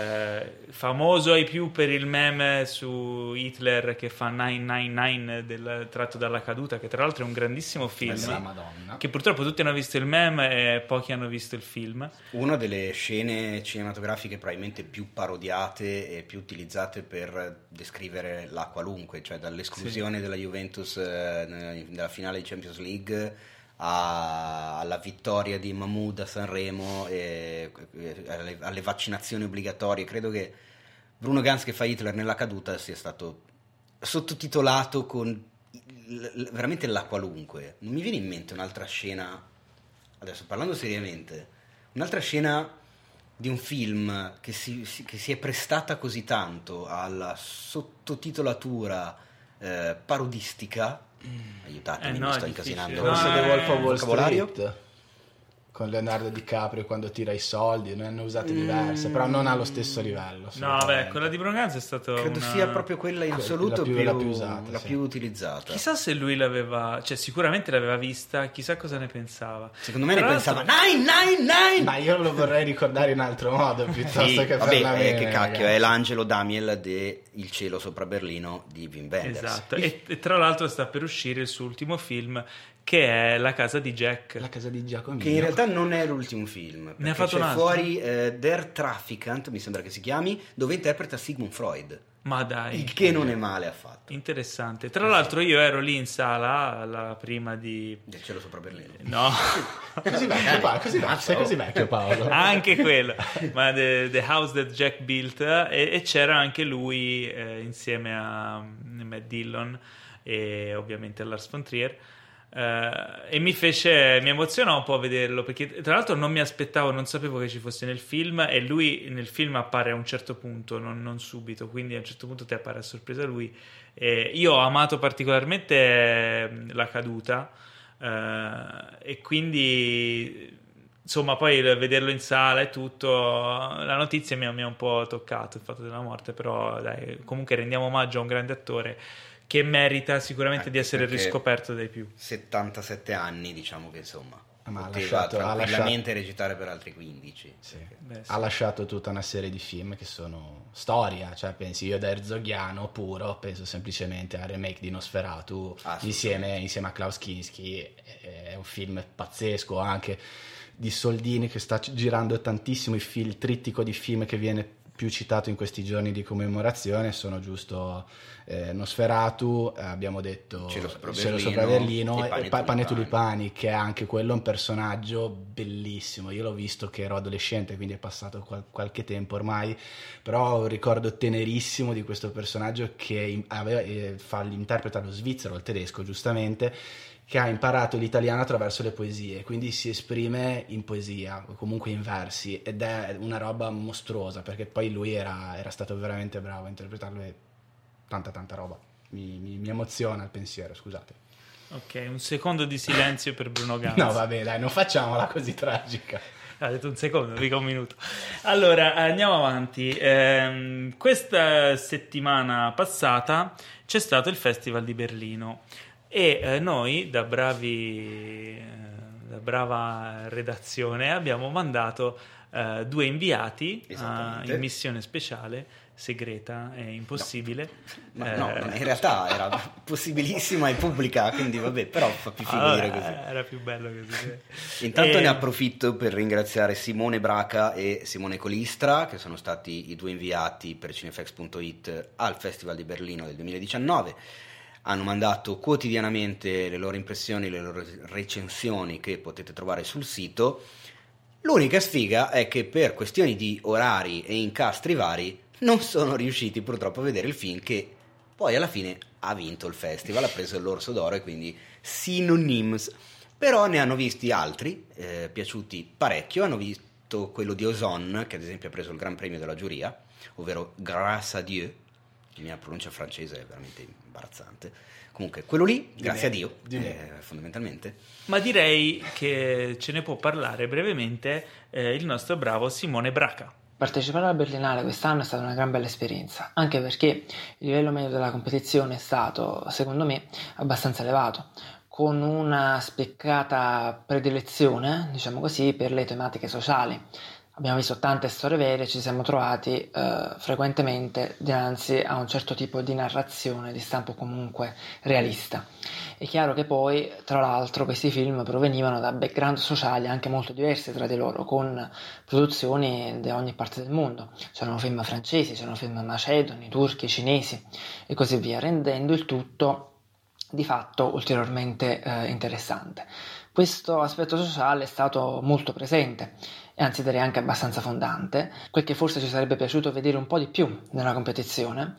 Famoso ai più per il meme su Hitler che fa 999 tratto dalla caduta, che tra l'altro è un grandissimo film, che purtroppo tutti hanno visto il meme e pochi hanno visto il film. Una delle scene cinematografiche probabilmente più parodiate e più utilizzate per descrivere la qualunque, cioè dall'esclusione della Juventus nella finale di Champions League alla vittoria di Mahmoud a Sanremo e alle vaccinazioni obbligatorie. Credo che Bruno Ganz che fa Hitler nella caduta sia stato sottotitolato con veramente la qualunque. Non mi viene in mente un'altra scena, adesso parlando seriamente, un'altra scena di un film che si è prestata così tanto alla sottotitolatura parodistica. Aiutatemi, mi sto incasinando. Forse The Wolf of Wall vocabolario Street con Leonardo DiCaprio quando tira i soldi, ne hanno usate diverse, però non allo stesso livello. No, beh, quella di Bruno Ganz è stato credo sia proprio quella in assoluto la più usata, più utilizzata. Chissà se lui l'aveva, cioè sicuramente l'aveva vista, chissà cosa ne pensava. Secondo me ne pensava 999. Ma io lo vorrei ricordare in altro modo piuttosto che vabbè, per che cacchio, è l'Angelo Damiel de Il cielo sopra Berlino di Wim Wenders. Esatto. E tra l'altro sta per uscire il suo ultimo film, che è La casa di Jack. La casa di Giacomino. Che in realtà non è l'ultimo film. Ne ha fatto un c'è altro. fuori Der Trafficant, mi sembra che si chiami, dove interpreta Sigmund Freud. Ma dai. Il che non è male affatto. Interessante. Tra l'altro io ero lì in sala la prima di Del cielo sopra Berlino. No. Così vecchio, sei così vecchio, Paolo. Anche quello, ma The House That Jack Built, e c'era anche lui insieme a Matt Dillon e ovviamente a Lars von Trier. E mi emozionò un po' vederlo, perché tra l'altro non mi aspettavo, non sapevo che ci fosse nel film, e lui nel film appare a un certo punto, non subito, quindi a un certo punto ti appare a sorpresa lui. Io ho amato particolarmente La caduta, e quindi insomma poi vederlo in sala e tutto, la notizia mi ha un po' toccato, il fatto della morte, però dai, comunque rendiamo omaggio a un grande attore che merita sicuramente di essere riscoperto dai più. 77 anni, diciamo che insomma Ma poteva tranquillamente recitare per altri 15. Sì. Beh, sì. Ha lasciato tutta una serie di film che sono storia, cioè pensi io da herzoghiano puro, penso semplicemente al remake di Nosferatu insieme a Klaus Kinski, è un film pazzesco, anche di Soldini che sta girando tantissimo, il trittico di film che viene più citato in questi giorni di commemorazione sono giusto Nosferatu, abbiamo detto Cielo sopra Berlino e Pane e Tulipani, che è anche quello un personaggio bellissimo. Io l'ho visto che ero adolescente, quindi è passato qualche tempo ormai, però ho un ricordo tenerissimo di questo personaggio che interpreta lo svizzero, il tedesco giustamente, che ha imparato l'italiano attraverso le poesie, quindi si esprime in poesia, o comunque in versi, ed è una roba mostruosa, perché poi lui era stato veramente bravo a interpretarlo, e tanta roba. Mi emoziona il pensiero, scusate. Ok, un secondo di silenzio per Bruno Ganz. No, vabbè, dai, non facciamola così tragica. Ha detto un secondo, dica un minuto. Allora, andiamo avanti. Questa settimana passata c'è stato il Festival di Berlino. E noi, da brava redazione, abbiamo mandato 2 inviati in missione speciale, segreta e impossibile. No, in realtà era possibilissima e pubblica, quindi vabbè, però fa più finire così. Era più bello così. Intanto ne approfitto per ringraziare Simone Braca e Simone Colistra, che sono stati i 2 inviati per Cinefx.it al Festival di Berlino del 2019. Hanno mandato quotidianamente le loro impressioni, le loro recensioni che potete trovare sul sito. L'unica sfiga è che per questioni di orari e incastri vari non sono riusciti purtroppo a vedere il film, che poi alla fine ha vinto il festival, ha preso l'Orso d'Oro e quindi Synonyms. Però ne hanno visti altri, piaciuti parecchio. Hanno visto quello di Ozon, che ad esempio ha preso il Gran Premio della giuria, ovvero Grâce à Dieu. La mia pronuncia francese è veramente imbarazzante. Comunque, quello lì, grazie a Dio, fondamentalmente. Ma direi che ce ne può parlare brevemente il nostro bravo Simone Braca. Partecipare alla Berlinale quest'anno è stata una gran bella esperienza, anche perché il livello medio della competizione è stato, secondo me, abbastanza elevato, con una spiccata predilezione, diciamo così, per le tematiche sociali. Abbiamo visto tante storie vere, ci siamo trovati frequentemente dinanzi a un certo tipo di narrazione di stampo comunque realista. È chiaro che poi, tra l'altro, questi film provenivano da background sociali anche molto diversi tra di loro, con produzioni da ogni parte del mondo. C'erano film francesi, c'erano film macedoni, turchi, cinesi e così via, rendendo il tutto di fatto ulteriormente interessante. Questo aspetto sociale è stato molto presente e anzi direi anche abbastanza fondante. Quel che forse ci sarebbe piaciuto vedere un po' di più nella competizione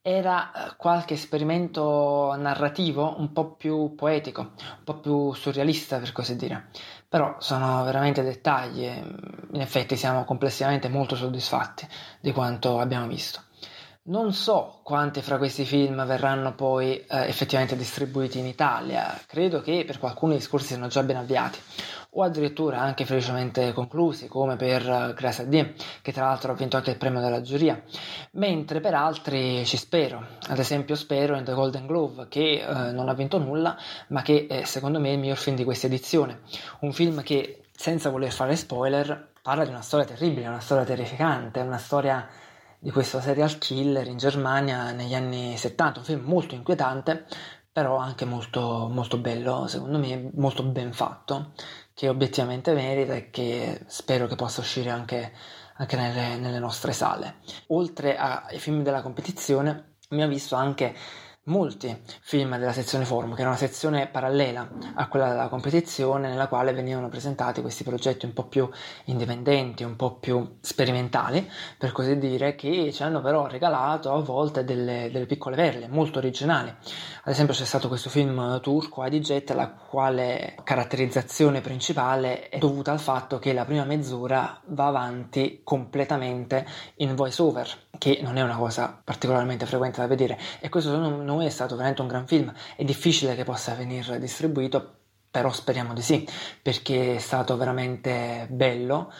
era qualche esperimento narrativo un po' più poetico, un po' più surrealista per così dire. Però sono veramente dettagli e in effetti siamo complessivamente molto soddisfatti di quanto abbiamo visto. Non so quanti fra questi film verranno poi effettivamente distribuiti in Italia, credo che per qualcuno i discorsi siano già ben avviati o addirittura anche felicemente conclusi, come per Grace a Dio, che tra l'altro ha vinto anche il premio della giuria, mentre per altri ci spero. Ad esempio spero in The Golden Glove, che non ha vinto nulla, ma che secondo me è il miglior film di questa edizione, un film che, senza voler fare spoiler, parla di una storia terribile, una storia terrificante, una storia di questo serial killer in Germania negli anni 70, un film molto inquietante, però anche molto, molto bello, secondo me, molto ben fatto, che obiettivamente merita e che spero che possa uscire anche nelle nostre sale. Oltre ai film della competizione, mi ha visto anche molti film della sezione forum, che era una sezione parallela a quella della competizione, nella quale venivano presentati questi progetti un po' più indipendenti, un po' più sperimentali, per così dire, che ci hanno però regalato a volte delle piccole perle molto originali. Ad esempio c'è stato questo film turco, Adijet, la quale caratterizzazione principale è dovuta al fatto che la prima mezz'ora va avanti completamente in voice over, che non è una cosa particolarmente frequente da vedere, e questo secondo noi è stato veramente un gran film. È difficile che possa venire distribuito, però speriamo di sì, perché è stato veramente bello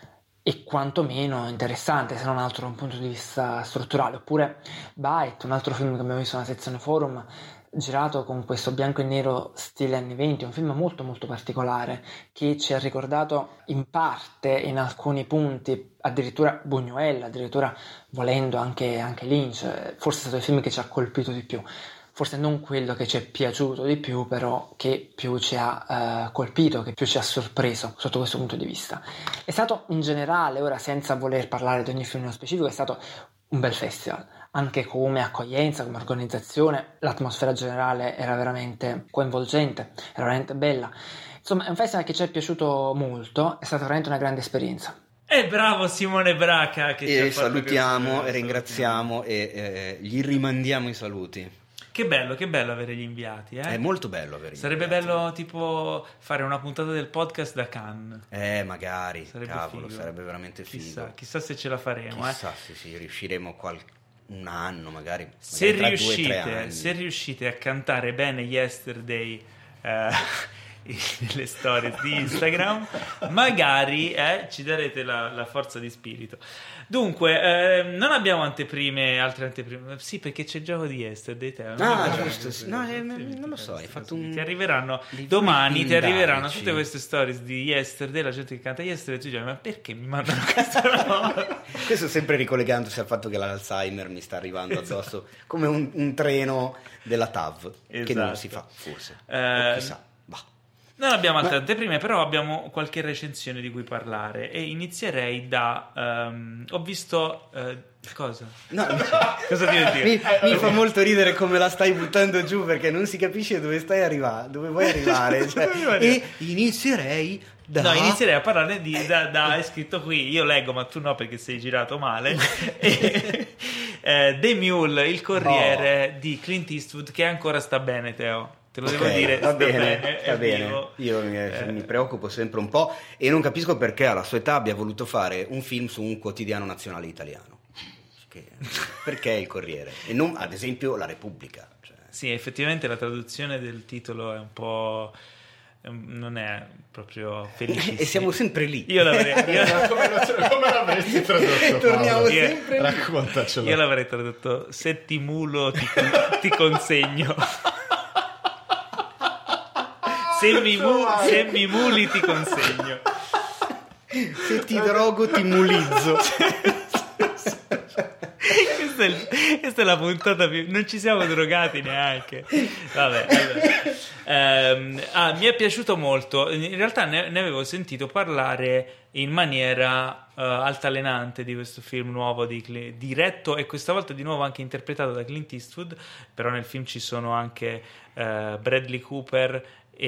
e quantomeno interessante, se non altro da un punto di vista strutturale. Oppure Bite, un altro film che abbiamo visto nella sezione forum, girato con questo bianco e nero stile anni 20, un film molto molto particolare che ci ha ricordato in parte, in alcuni punti, addirittura Buñuel, addirittura volendo anche Lynch. Forse è stato il film che ci ha colpito di più, forse non quello che ci è piaciuto di più, però che più ci ha colpito, che più ci ha sorpreso sotto questo punto di vista. È stato in generale, ora senza voler parlare di ogni film nello specifico, è stato un bel festival, anche come accoglienza, come organizzazione. L'atmosfera generale era veramente coinvolgente, era veramente bella. Insomma, è un festival che ci è piaciuto molto, è stata veramente una grande esperienza. E bravo Simone Braca, che ci ha fatto salutiamo e ringraziamo e gli rimandiamo i saluti. Che bello avere gli inviati, eh? È molto bello avere gli Sarebbe inviati. bello tipo fare una puntata del podcast da Cannes. Magari, Sarebbe cavolo, figo. sarebbe veramente figo. Chissà se ce la faremo, Chissà se riusciremo un anno magari. Se tra 2 o 3 anni. se riuscite a cantare bene Yesterday nelle storie di Instagram, magari ci darete la forza di spirito. Dunque, non abbiamo altre anteprime. Sì, perché c'è il gioco di Yesterday. Giusto. Sì. No, non lo so. Hai fatto ti arriveranno domani, ti arriveranno pindarici. tutte queste stories di Yesterday, la gente che canta Yesterday, e tu dici, ma perché mi mandano questa roba? Questo sempre ricollegandosi al fatto che l'Alzheimer mi sta arrivando addosso come un treno della TAV, che non si fa, forse. O chissà. Non abbiamo altre anteprime, però abbiamo qualche recensione di cui parlare e inizierei da ho visto cosa? No, Cosa ti devo dire? mi fa molto ridere come la stai buttando giù, perché non si capisce dove vuoi arrivare. E inizierei a parlare è scritto qui, io leggo ma tu no perché sei girato male. The Mule, il corriere di Clint Eastwood, che ancora sta bene, Teo. Te lo devo dire, va bene. Vivo. Io mi preoccupo sempre un po' e non capisco perché alla sua età abbia voluto fare un film su un quotidiano nazionale italiano. Perché il Corriere e non ad esempio La Repubblica? Sì, effettivamente la traduzione del titolo è un po' non è proprio felicissimo. E siamo sempre lì. Io l'avrei come l'avresti tradotto? Torniamo Paolo? sempre lì. Raccontacelo. Io l'avrei tradotto: se ti mulo ti consegno. Se mi muli ti consegno. Se ti drogo ti mulizzo. Questa è la puntata più... Non ci siamo drogati neanche. Vabbè. Mi è piaciuto molto. In realtà ne avevo sentito parlare in maniera altalenante di questo film nuovo diretto e questa volta di nuovo anche interpretato da Clint Eastwood. Però nel film ci sono anche Bradley Cooper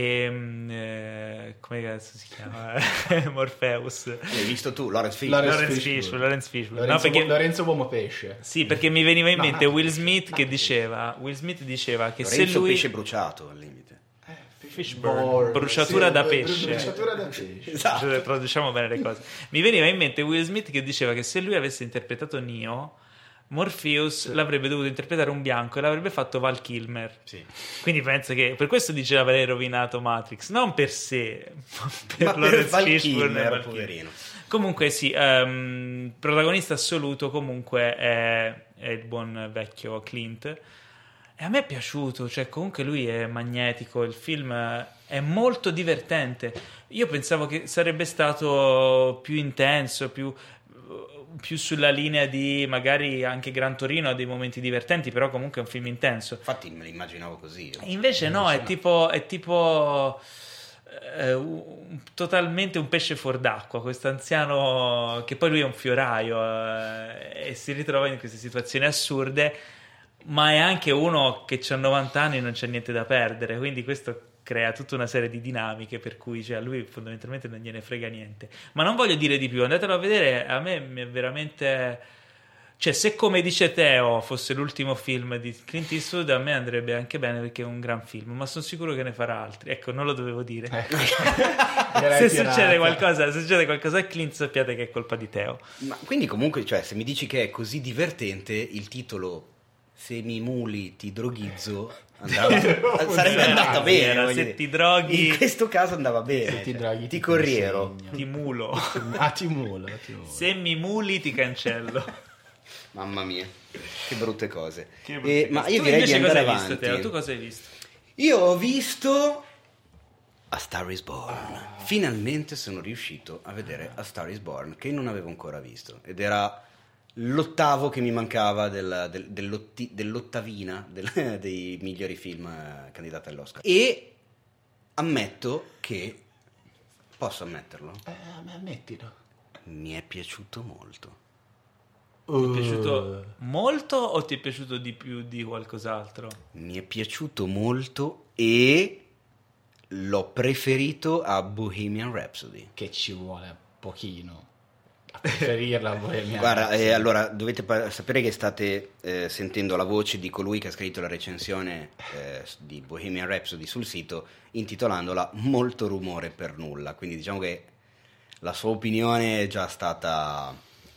e come cazzo si chiama? Morpheus. L'hai visto tu, Lawrence Fishburne. Lorenzo Uomo Pesce. Sì, perché mi veniva in mente Will Smith diceva che Lorenzo se lui pesce bruciato al limite. Fishburne, bruciatura da pesce. Bruciatura da pesce. Esatto. Traduciamo bene le cose. Mi veniva in mente Will Smith che diceva che se lui avesse interpretato Neo, Morpheus l'avrebbe dovuto interpretare un bianco e l'avrebbe fatto Val Kilmer. Sì. Quindi penso che per questo dice avrei rovinato Matrix, non per sé, Ma per Lawrence Val Fishburne e Kilmer, Val poverino. Comunque sì, protagonista assoluto comunque è il buon vecchio Clint. E a me è piaciuto, cioè comunque lui è magnetico, il film è molto divertente. Io pensavo che sarebbe stato più intenso, più sulla linea di magari anche Gran Torino, ha dei momenti divertenti, però comunque è un film intenso. Infatti me lo immaginavo così. Invece no, è tipo totalmente un pesce fuor d'acqua, questo anziano che poi lui è un fioraio e si ritrova in queste situazioni assurde, ma è anche uno che ha 90 anni e non c'è niente da perdere, quindi questo crea tutta una serie di dinamiche per cui a lui fondamentalmente non gliene frega niente. Ma non voglio dire di più, andatelo a vedere. A me mi è veramente, cioè, se come dice Teo fosse l'ultimo film di Clint Eastwood, a me andrebbe anche bene perché è un gran film, ma sono sicuro che ne farà altri. Ecco, non lo dovevo dire. Se succede qualcosa a Clint, sappiate che è colpa di Teo. Ma quindi comunque, cioè, se mi dici che è così divertente, il titolo "Se mi muli ti droghizzo" sarebbe andata bene. Se ti droghi, in questo caso andava bene. Se ti droghi ti corriero, ti mulo. Ti mulo. Se mi muli ti cancello. Mamma mia, che brutte cose. Ma io direi di andare avanti. Visto, Teo? Tu cosa hai visto? Io ho visto A Star is Born. Finalmente sono riuscito a vedere A Star is Born, che non avevo ancora visto, ed era l'8º che mi mancava dell'ottavina dei migliori film candidati all'Oscar. E ammetto che posso ammetterlo, ammettilo, mi è piaciuto molto. Ti è piaciuto molto o ti è piaciuto di più di qualcos'altro? Mi è piaciuto molto e l'ho preferito a Bohemian Rhapsody. Che ci vuole pochino a preferirla. Guarda, allora dovete sapere che state sentendo la voce di colui che ha scritto la recensione di Bohemian Rhapsody sul sito, intitolandola "Molto rumore per nulla", quindi diciamo che la sua opinione è già stata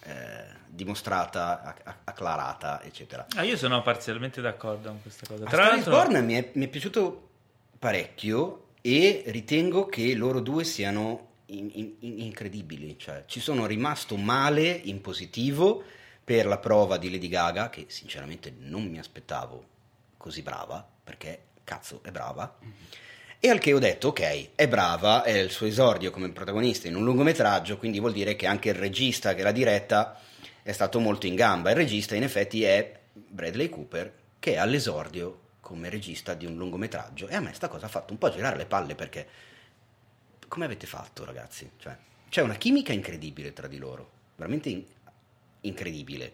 dimostrata, acclarata, eccetera. Io sono parzialmente d'accordo con questa cosa. Tra l'altro, Star is Born mi è piaciuto parecchio e ritengo che loro due siano incredibili, cioè ci sono rimasto male in positivo per la prova di Lady Gaga, che sinceramente non mi aspettavo così brava, perché cazzo è brava, e al che ho detto ok, è brava, è il suo esordio come protagonista in un lungometraggio, quindi vuol dire che anche il regista che l'ha diretta è stato molto in gamba. Il regista in effetti è Bradley Cooper, che è all'esordio come regista di un lungometraggio, e a me sta cosa ha fatto un po' girare le palle, perché come avete fatto, ragazzi? Cioè, c'è una chimica incredibile tra di loro, veramente incredibile.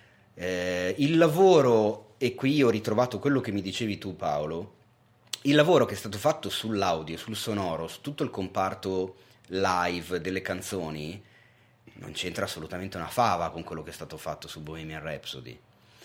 Il lavoro, e qui ho ritrovato quello che mi dicevi tu, Paolo, il lavoro che è stato fatto sull'audio, sul sonoro, su tutto il comparto live delle canzoni, non c'entra assolutamente una fava con quello che è stato fatto su Bohemian Rhapsody.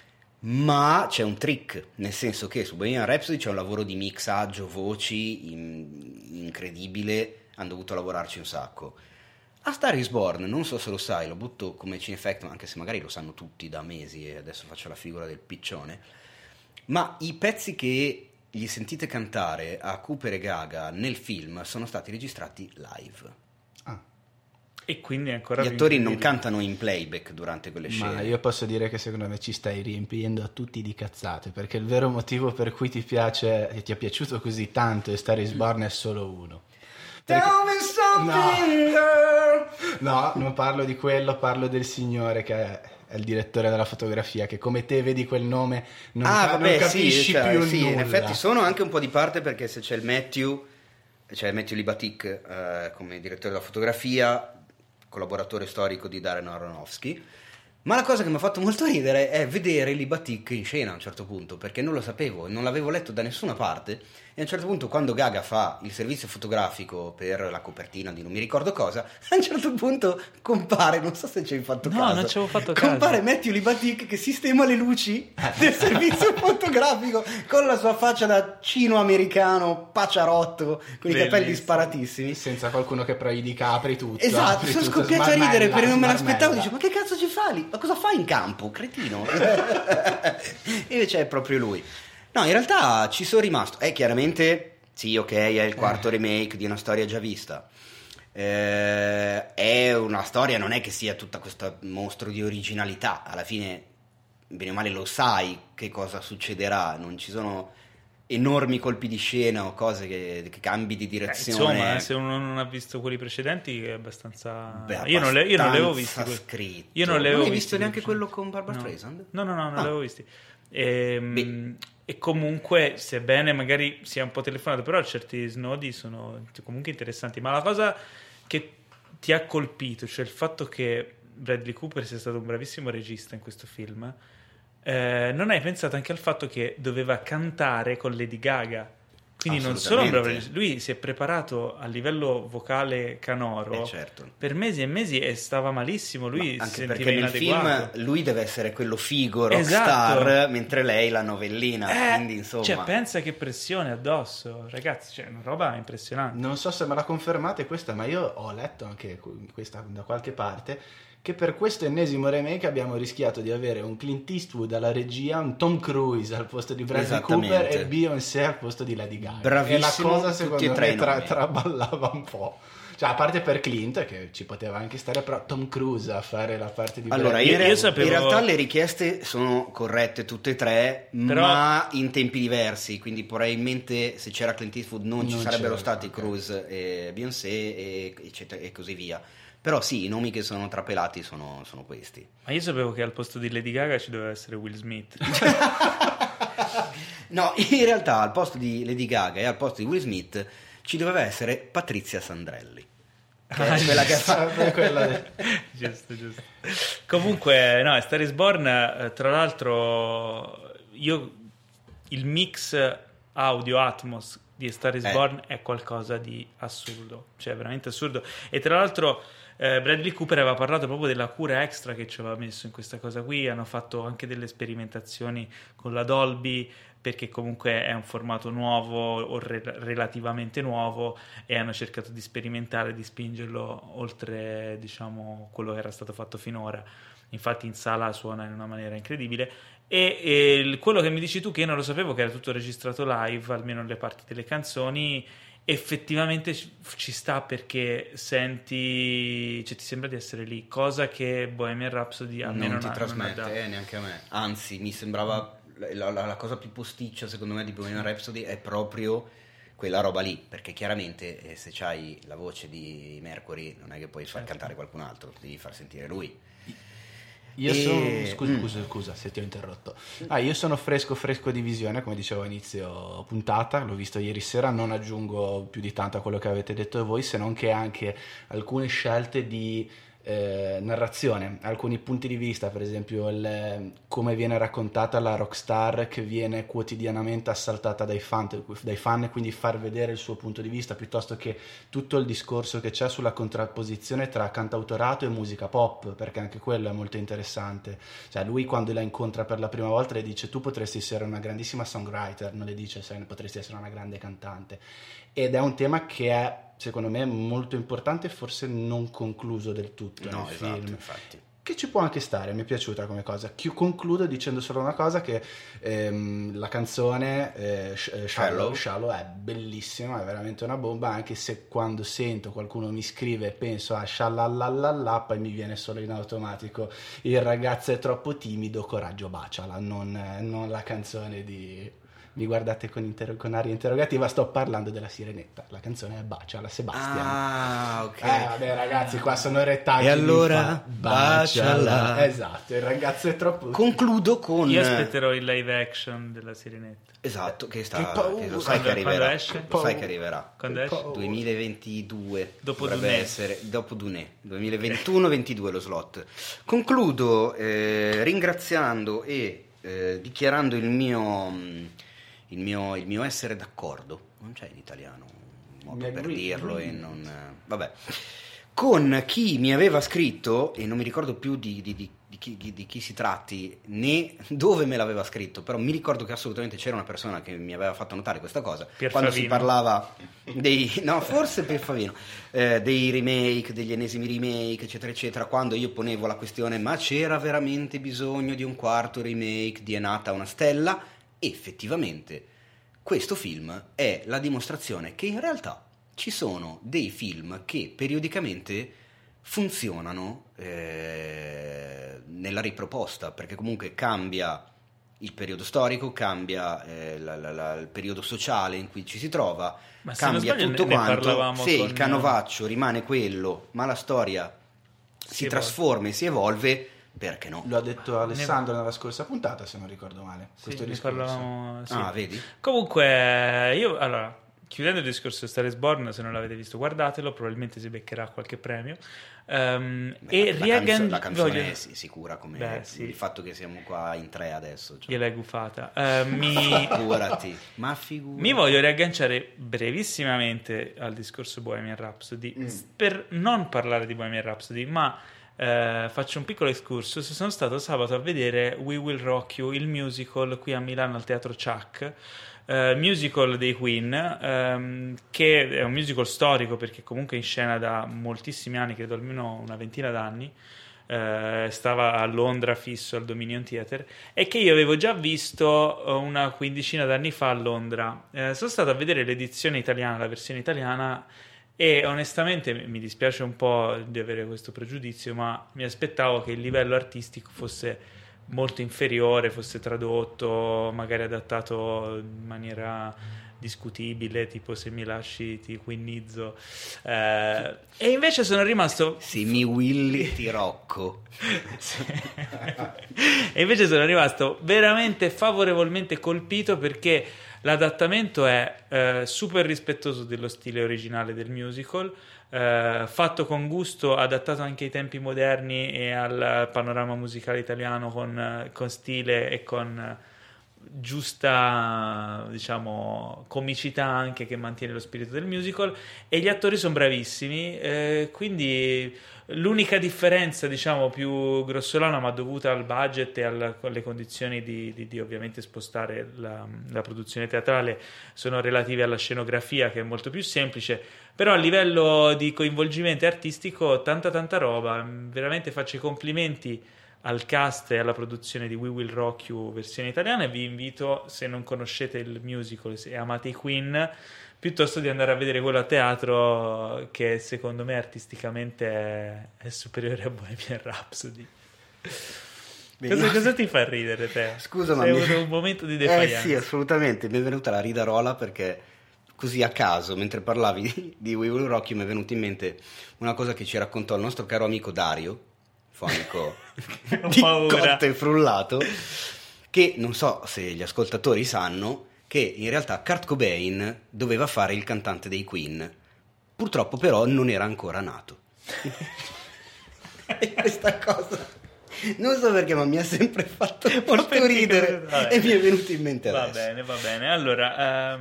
Ma c'è un trick, nel senso che su Bohemian Rhapsody c'è un lavoro di mixaggio, voci incredibile, hanno dovuto lavorarci un sacco. A Star is Born, non so se lo sai, lo butto come Cinefact, anche se magari lo sanno tutti da mesi e adesso faccio la figura del piccione, ma i pezzi che li sentite cantare a Cooper e Gaga nel film sono stati registrati live. E quindi ancora gli attori non cantano in playback durante quelle scene. Ma io posso dire che secondo me ci stai riempiendo a tutti di cazzate, perché il vero motivo per cui ti piace e ti è piaciuto così tanto Star is Born è solo uno. Tell me something, girl. No, non parlo di quello, parlo del signore che è il direttore della fotografia, che come te vedi quel nome non capisci più sì, nulla. In effetti sono anche un po' di parte, perché se c'è il Matthew Libatic come direttore della fotografia, collaboratore storico di Darren Aronofsky. Ma la cosa che mi ha fatto molto ridere è vedere Libatic in scena a un certo punto, perché non lo sapevo e non l'avevo letto da nessuna parte, e a un certo punto, quando Gaga fa il servizio fotografico per la copertina di non mi ricordo cosa, a un certo punto compare, non so se ci hai fatto caso, non ci avevo fatto caso, compare Matthew Libatic che sistema le luci del servizio fotografico con la sua faccia da cino-americano paciarotto, con i capelli sparatissimi, senza qualcuno che poi dica apri tutto. Esatto, sono scoppiato a ridere perché non me l'aspettavo, dicevo, ma che cazzo ci fa lì? Ma cosa fa in campo, cretino? E invece è proprio lui. No, in realtà ci sono rimasto. Chiaramente, sì, ok, è il quarto remake di una storia già vista. È una storia, non è che sia tutta questo mostro di originalità. Alla fine, bene o male, lo sai che cosa succederà. Non ci sono enormi colpi di scena o cose che cambi di direzione. Insomma, se uno non ha visto quelli precedenti è abbastanza... io non li avevo visti. Scritto. Io non li hai avevo visto neanche quello con Barbra Streisand? No, non li avevo visti. E comunque, sebbene magari sia un po' telefonato, però certi snodi sono comunque interessanti. Ma la cosa che ti ha colpito, cioè il fatto che Bradley Cooper sia stato un bravissimo regista in questo film, non hai pensato anche al fatto che doveva cantare con Lady Gaga? Quindi non solo un bravo regista, lui si è preparato a livello vocale canoro certo, per mesi e mesi e stava malissimo. Lui anche si sentiva perché nel inadeguato. film lui deve essere quello figo rockstar, esatto, mentre lei la novellina, quindi insomma, cioè pensa che pressione addosso, ragazzi, cioè una roba impressionante. Non so se me la confermate questa, ma io ho letto anche questa da qualche parte che per questo ennesimo remake abbiamo rischiato di avere un Clint Eastwood alla regia, un Tom Cruise al posto di Bradley Cooper e Beyoncé al posto di Lady Gaga. Bravissimo, e la cosa secondo me traballava un po'. Cioè, a parte per Clint, che ci poteva anche stare, però Tom Cruise a fare la parte di Allora, io sapevo... in realtà le richieste sono corrette tutte e tre, però... ma in tempi diversi, quindi probabilmente se c'era Clint Eastwood non ci sarebbero stati Cruise e Beyoncé eccetera, e così via. Però sì, i nomi che sono trapelati sono questi. Ma io sapevo che al posto di Lady Gaga ci doveva essere Will Smith. No, in realtà al posto di Lady Gaga e al posto di Will Smith ci doveva essere Patrizia Sandrelli, che è quella che fa giusto. Comunque, no, Star is Born, tra l'altro, il mix audio Atmos di Star is Born è qualcosa di assurdo, cioè veramente assurdo. E tra l'altro Bradley Cooper aveva parlato proprio della cura extra che ci aveva messo in questa cosa qui. Hanno fatto anche delle sperimentazioni con la Dolby, perché comunque è un formato nuovo o relativamente nuovo, e hanno cercato di sperimentare, di spingerlo oltre, diciamo, quello che era stato fatto finora. Infatti in sala suona in una maniera incredibile. E quello che mi dici tu, che io non lo sapevo, che era tutto registrato live, almeno le parti delle canzoni, effettivamente ci sta, perché senti, cioè ti sembra di essere lì, cosa che Bohemian Rhapsody a me non ti trasmette, neanche a me. Anzi, mi sembrava la cosa più posticcia secondo me di Bohemian Rhapsody è proprio quella roba lì, perché chiaramente se c'hai la voce di Mercury non è che puoi far cantare qualcun altro, devi far sentire lui. Io sono scusa se ti ho interrotto. Io sono fresco di visione, come dicevo a inizio puntata, l'ho visto ieri sera, non aggiungo più di tanto a quello che avete detto voi, se non che anche alcune scelte di narrazione, alcuni punti di vista, per esempio come viene raccontata la rockstar che viene quotidianamente assaltata dai fan, e quindi far vedere il suo punto di vista, piuttosto che tutto il discorso che c'è sulla contrapposizione tra cantautorato e musica pop, perché anche quello è molto interessante. Cioè lui, quando la incontra per la prima volta, le dice: tu potresti essere una grandissima songwriter, non le dice potresti essere una grande cantante. Ed è un tema che è, secondo me, molto importante, forse non concluso del tutto nel film. Infatti. che ci può anche stare, mi è piaciuta come cosa. Concludo dicendo solo una cosa, che la canzone Shallow è bellissima, è veramente una bomba, anche se quando sento qualcuno mi scrive penso a shallallalala, poi mi viene solo in automatico il ragazzo è troppo timido, coraggio baciala, non la canzone di... Mi guardate con aria interrogativa, sto parlando della Sirenetta, la canzone è Baciala Sebastian. Ah, ok. Vabbè ragazzi, qua sono rettaggi. E allora baciala. Esatto, il ragazzo è troppo... Concludo con... Io aspetterò il live action della Sirenetta. Esatto, che lo sai che arriverà. Quando esce? Lo sai che arriverà. Quando esce? 2022. Dopo dovrebbe Dunè. essere dopo Dunè. 2021-22 lo slot. Concludo ringraziando e dichiarando il mio essere d'accordo. Non c'è in italiano un modo per dirlo e non... Vabbè. Con chi mi aveva scritto, e non mi ricordo più di chi si tratti, né dove me l'aveva scritto, però mi ricordo che assolutamente c'era una persona che mi aveva fatto notare questa cosa. Quando si parlava forse Pierfavino, dei remake, degli ennesimi remake, eccetera, eccetera, quando io ponevo la questione, ma c'era veramente bisogno di un quarto remake di È nata una stella? Effettivamente questo film è la dimostrazione che in realtà ci sono dei film che periodicamente funzionano nella riproposta, perché comunque cambia il periodo storico, cambia il periodo sociale in cui ci si trova, ma cambia tutto quanto. Se con... il canovaccio rimane quello, ma la storia si trasforma e si evolve, perché no? Lo ha detto Alessandro nella scorsa puntata, se non ricordo male. Questo discorso. Sì. Ah, vedi? Comunque, chiudendo il discorso di Star is Born, se non l'avete visto guardatelo, probabilmente si beccherà qualche premio. La canzone è sicura, come sì. Il fatto che siamo qua in 3 adesso, cioè. Gliel'hai gufata. Figurati. Mi voglio riagganciare brevissimamente al discorso Bohemian Rhapsody, per non parlare di Bohemian Rhapsody, ma faccio un piccolo excursus. Sono stato sabato a vedere We Will Rock You, il musical qui a Milano al Teatro Ciak, musical dei Queen, che è un musical storico perché comunque è in scena da moltissimi anni, credo almeno una ventina d'anni. Stava a Londra fisso al Dominion Theatre, e che io avevo già visto una quindicina d'anni fa a Londra. Sono stato a vedere l'edizione italiana, la versione italiana, e onestamente mi dispiace un po' di avere questo pregiudizio, ma mi aspettavo che il livello artistico fosse molto inferiore, fosse tradotto, magari adattato in maniera discutibile, tipo Se mi lasci ti quinizzo, e invece sono rimasto Se mi willi ti rocco. E invece sono rimasto veramente favorevolmente colpito, perché l'adattamento è super rispettoso dello stile originale del musical, fatto con gusto, adattato anche ai tempi moderni e al panorama musicale italiano, con stile e con giusta, diciamo, comicità anche, che mantiene lo spirito del musical, e gli attori sono bravissimi, quindi l'unica differenza, diciamo, più grossolana, ma dovuta al budget e alle condizioni di ovviamente spostare la produzione teatrale, sono relative alla scenografia, che è molto più semplice. Però a livello di coinvolgimento artistico tanta roba, veramente faccio i complimenti al cast e alla produzione di We Will Rock You versione italiana, e vi invito, se non conoscete il musical e amate i Queen, piuttosto di andare a vedere quello a teatro, che secondo me artisticamente è superiore a Bohemian Rhapsody. Cosa ti fa ridere te? Scusa, ma hai avuto un momento di defiance. Sì, assolutamente, mi è venuta la ridarola, perché così a caso, mentre parlavi di We Will Rock You, mi è venuta in mente una cosa che ci raccontò il nostro caro amico Dario, fonico di Cotto e Frullato, che non so se gli ascoltatori sanno che in realtà Kurt Cobain doveva fare il cantante dei Queen, purtroppo però non era ancora nato. E questa cosa non so perché, ma mi ha sempre fatto molto ridere, e mi è venuto in mente adesso. Va bene, allora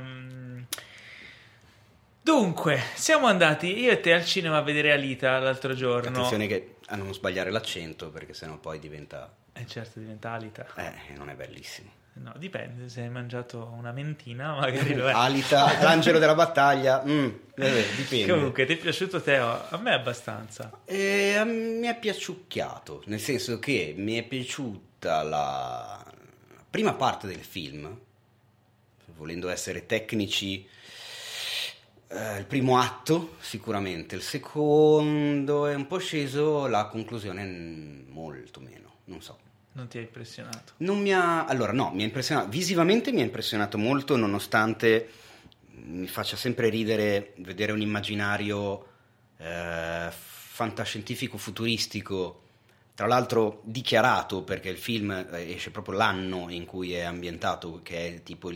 dunque siamo andati io e te al cinema a vedere Alita l'altro giorno. Attenzione che a non sbagliare l'accento, perché sennò poi diventa Certo, diventa Alita. Non è bellissimo. No, dipende, se hai mangiato una mentina magari lo è. Alita, l'angelo della battaglia, dipende. Comunque, ti è piaciuto, Teo? A me abbastanza. Mi è piaciucchiato, nel senso che mi è piaciuta la prima parte del film, volendo essere tecnici, il primo atto sicuramente, il secondo è un po' sceso, la conclusione molto meno, non so. Non ti ha impressionato? Mi ha impressionato, visivamente mi ha impressionato molto, nonostante mi faccia sempre ridere vedere un immaginario fantascientifico futuristico, tra l'altro dichiarato, perché il film esce proprio l'anno in cui è ambientato, che è tipo il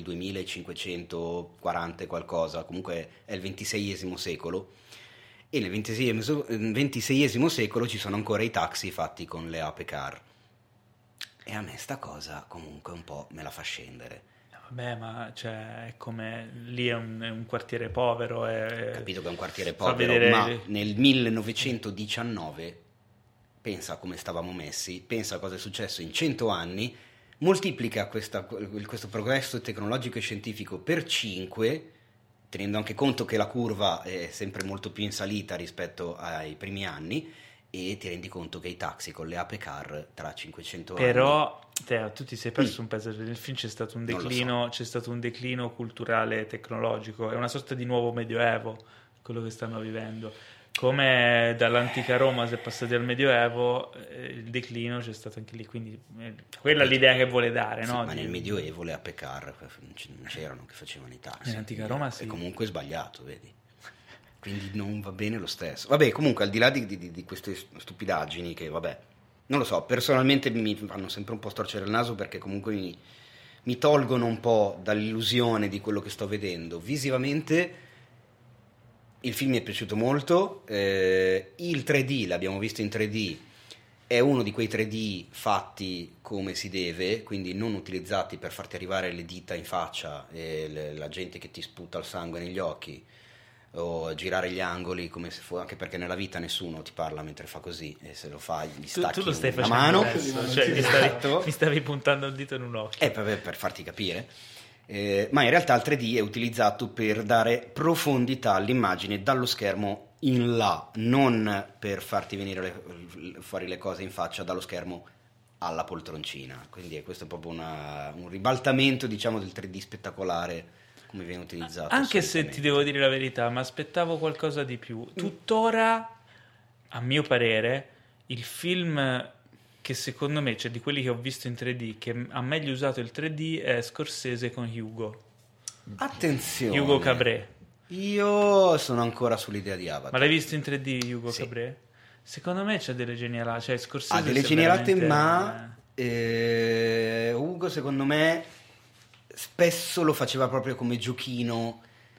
2540 qualcosa, comunque è il XXVI secolo, e nel XXVI secolo ci sono ancora i taxi fatti con le ape car. E a me sta cosa comunque un po' me la fa scendere. Vabbè, ma cioè, è come lì è un quartiere povero. Capito che è un quartiere povero, ma nel 1919 pensa come stavamo messi, pensa a cosa è successo in 100 anni, moltiplica questo progresso tecnologico e scientifico per 5, tenendo anche conto che la curva è sempre molto più in salita rispetto ai primi anni, e ti rendi conto che i taxi con le ape car tra 500 anni... Però, Teo, tu ti sei perso un pezzo del film, c'è stato un declino, so. C'è stato un declino culturale e tecnologico, è una sorta di nuovo medioevo quello che stanno vivendo. Come dall'antica Roma si è passati al medioevo, il declino c'è stato anche lì, quindi quella è l'idea che vuole dare, sì, no? Ma nel medioevo le ape car non c'erano che facevano i taxi. Nell'antica Roma sì. È comunque sbagliato, vedi? Quindi non va bene lo stesso. Vabbè, comunque al di là di queste stupidaggini che, vabbè, non lo so, personalmente mi fanno sempre un po' storcere il naso, perché comunque mi tolgono un po' dall'illusione di quello che sto vedendo. Visivamente il film mi è piaciuto molto, il 3D, l'abbiamo visto in 3D, è uno di quei 3D fatti come si deve, quindi non utilizzati per farti arrivare le dita in faccia e la gente che ti sputa il sangue negli occhi, o girare gli angoli come se fosse, anche perché nella vita nessuno ti parla mentre fa così, e se lo fa gli stacchi tu lo stai la facendo mano, adesso, cioè mi stavi puntando il dito in un occhio. Per farti capire, ma in realtà il 3D è utilizzato per dare profondità all'immagine dallo schermo in là, non per farti venire fuori le cose in faccia dallo schermo alla poltroncina, quindi questo è proprio un ribaltamento, diciamo, del 3D spettacolare come viene utilizzato. Anche se ti devo dire la verità, mi aspettavo qualcosa di più. Tuttora, a mio parere, il film che secondo me, cioè di quelli che ho visto in 3D, che ha meglio usato il 3D è Scorsese con Hugo. Attenzione, Hugo Cabret. Io sono ancora sull'idea di Avatar. Ma l'hai visto in 3D Hugo Sì. Cabret? Secondo me c'è delle genialate, cioè Scorsese Ha delle genialate, veramente... ma Hugo secondo me spesso lo faceva proprio come giochino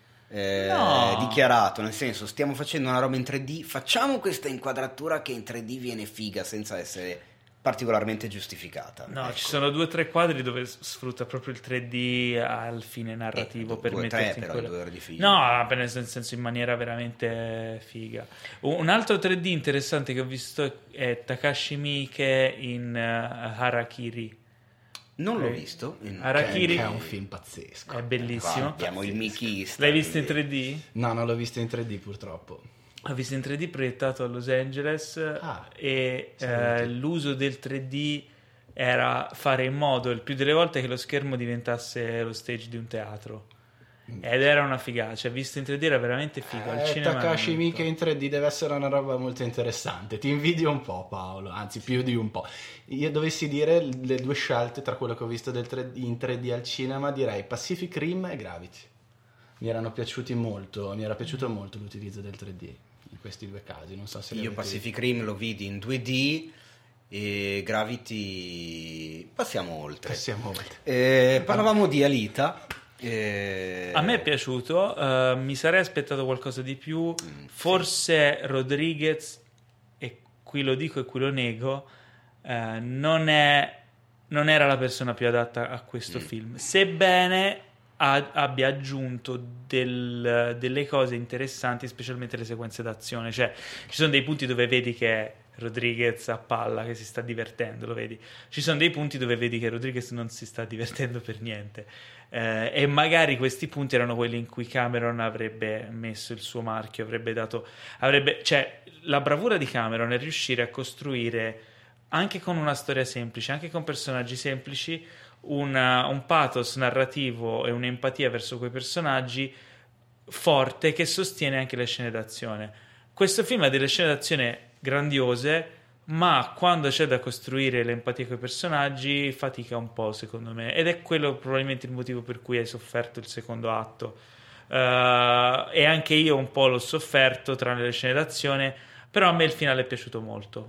dichiarato, nel senso, stiamo facendo una roba in 3D, facciamo questa inquadratura che in 3D viene figa senza essere particolarmente giustificata. No, ecco. ci sono 2 o 3 quadri dove sfrutta proprio il 3D al fine narrativo per metterti in quella... 2 ore di film. No, nel senso in maniera veramente figa. Un altro 3D interessante che ho visto è Takashi Miike in Harakiri. Non l'ho visto. Harakiri È un film pazzesco. è bellissimo. Abbiamo il Mickey. L'hai visto in 3D? No, non l'ho visto in 3D purtroppo. L'ho visto in 3D proiettato a Los Angeles e l'uso del 3D era fare in modo il più delle volte che lo schermo diventasse lo stage di un teatro. Ed era una figata, cioè visto in 3D era veramente figo. Al cinema Takashi Miike in 3D deve essere una roba molto interessante. Ti invidio un po', Paolo, anzi più di un po'. Io dovessi dire le 2 scelte tra quello che ho visto in 3D al cinema, direi Pacific Rim e Gravity. Mi era piaciuto molto l'utilizzo del 3D in questi 2 casi. Non so se io Pacific Rim lo vidi in 2D e Gravity passiamo oltre. Parlavamo di Alita. A me è piaciuto, mi sarei aspettato qualcosa di più, forse Rodriguez, e qui lo dico e qui lo nego, non era la persona più adatta a questo film, sebbene abbia aggiunto delle cose interessanti, specialmente le sequenze d'azione. Cioè ci sono dei punti dove vedi che Rodriguez a palla che si sta divertendo, lo vedi. Ci sono dei punti dove vedi che Rodriguez non si sta divertendo per niente, e magari questi punti erano quelli in cui Cameron avrebbe messo il suo marchio, cioè la bravura di Cameron è riuscire a costruire anche con una storia semplice, anche con personaggi semplici, un pathos narrativo e un'empatia verso quei personaggi forte che sostiene anche le scene d'azione. Questo film ha delle scene d'azione grandiose, ma quando c'è da costruire l'empatia con i personaggi fatica un po', secondo me, ed è quello probabilmente il motivo per cui hai sofferto il secondo atto. E anche io un po' l'ho sofferto tranne le scene d'azione, però a me il finale è piaciuto molto.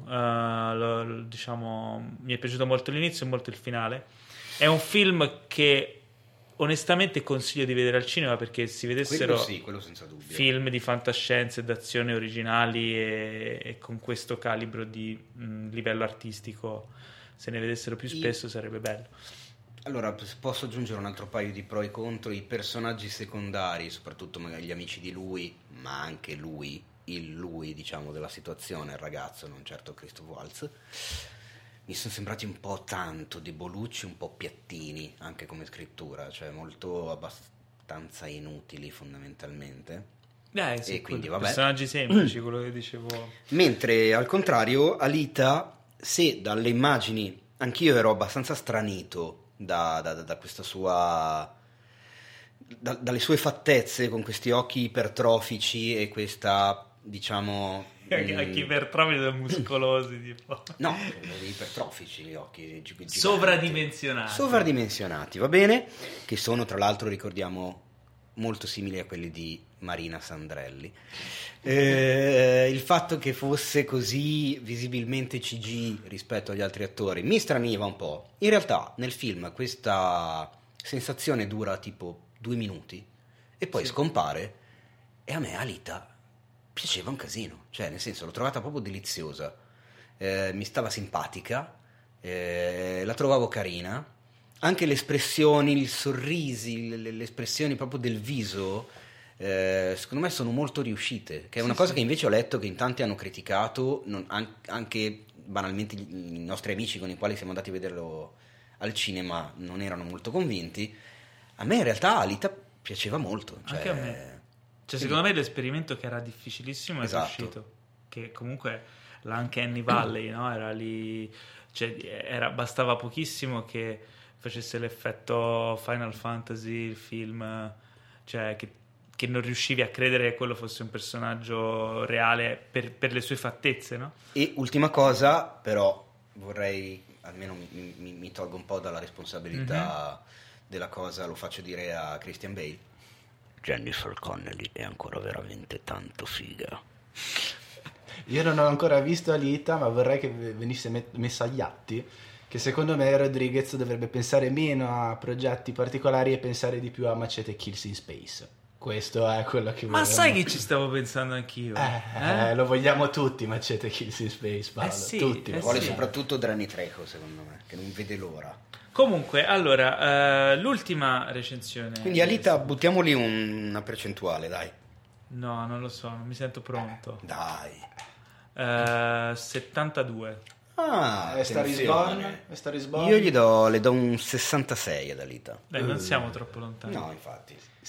Diciamo, mi è piaciuto molto l'inizio e molto il finale. È un film che onestamente consiglio di vedere al cinema, perché si vedessero quello senza dubbio. Film di fantascienza e d'azione originali e con questo calibro di livello artistico, se ne vedessero più spesso sarebbe bello. Allora, posso aggiungere un altro paio di pro e contro. I personaggi secondari, soprattutto magari gli amici di lui, ma anche lui, diciamo, della situazione, il ragazzo, non certo Christoph Waltz, mi sono sembrati un po' tanto debolucci, un po' piattini anche come scrittura, cioè molto abbastanza inutili fondamentalmente. Sì, e quindi vabbè, personaggi semplici, quello che dicevo. Mentre al contrario Alita, se dalle immagini anch'io ero abbastanza stranito da questa sua dalle sue fattezze, con questi occhi ipertrofici e questa, diciamo, anche ipertrofici sono muscolosi tipo. No, ipertrofici gli occhi giganti. Sovradimensionati, va bene, che sono tra l'altro, ricordiamo, molto simili a quelli di Marina Sandrelli. Il fatto che fosse così visibilmente CG rispetto agli altri attori mi straniva un po'. In realtà nel film questa sensazione dura tipo 2 minuti e poi scompare, e a me Alita piaceva un casino, cioè nel senso l'ho trovata proprio deliziosa, mi stava simpatica, la trovavo carina, anche le espressioni, i sorrisi, le espressioni proprio del viso, secondo me sono molto riuscite, che è una cosa che invece ho letto che in tanti hanno criticato, anche banalmente i nostri amici con i quali siamo andati a vederlo al cinema non erano molto convinti. A me in realtà Alita piaceva molto, cioè, anche a me. Cioè, secondo me l'esperimento che era difficilissimo è esatto. riuscito, che comunque l'Uncanny Valley, no? Era lì, cioè bastava pochissimo che facesse l'effetto Final Fantasy, il film, cioè che non riuscivi a credere che quello fosse un personaggio reale per le sue fattezze, no? E ultima cosa, però vorrei, almeno mi tolgo un po' dalla responsabilità della cosa, lo faccio dire a Christian Bale. Jennifer Connelly è ancora veramente tanto figa. Io non ho ancora visto Alita, ma vorrei che venisse messo agli atti che secondo me Rodriguez dovrebbe pensare meno a progetti particolari e pensare di più a Machete Kills in Space. Questo è quello che vogliamo. Ma sai che ci stavo pensando anch'io? Lo vogliamo tutti Machete Kills in Space, Paolo. Sì, tutti. Vuole soprattutto Danny Trejo, secondo me, che non vede l'ora. Comunque, allora, l'ultima recensione. Quindi Alita, buttiamoli una percentuale, dai. No, non lo so, non mi sento pronto. Dai. 72. È Star is Born? Io le do un 66 ad Alita. Dai, non siamo troppo lontani. No, infatti.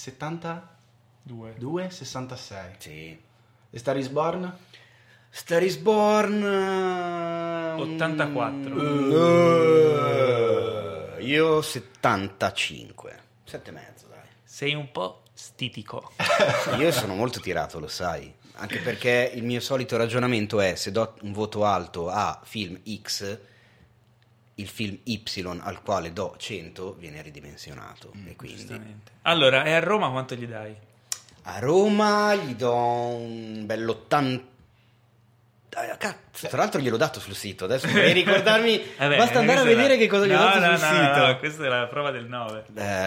72? 66. Sì. E Star is Born? Star is Born 84. Io 75. 7,5, dai. Sei un po' stitico. Io sono molto tirato, lo sai. Anche perché il mio solito ragionamento è: se do un voto alto a film X, il film Y al quale do 100 viene ridimensionato. E quindi allora, e a Roma quanto gli dai? A Roma gli do un bell'80. Cazzo, tra l'altro gliel'ho dato sul sito, adesso vorrei ricordarmi. Basta andare a vedere che cosa gli ho dato sul sito. No, questa è la prova del 9.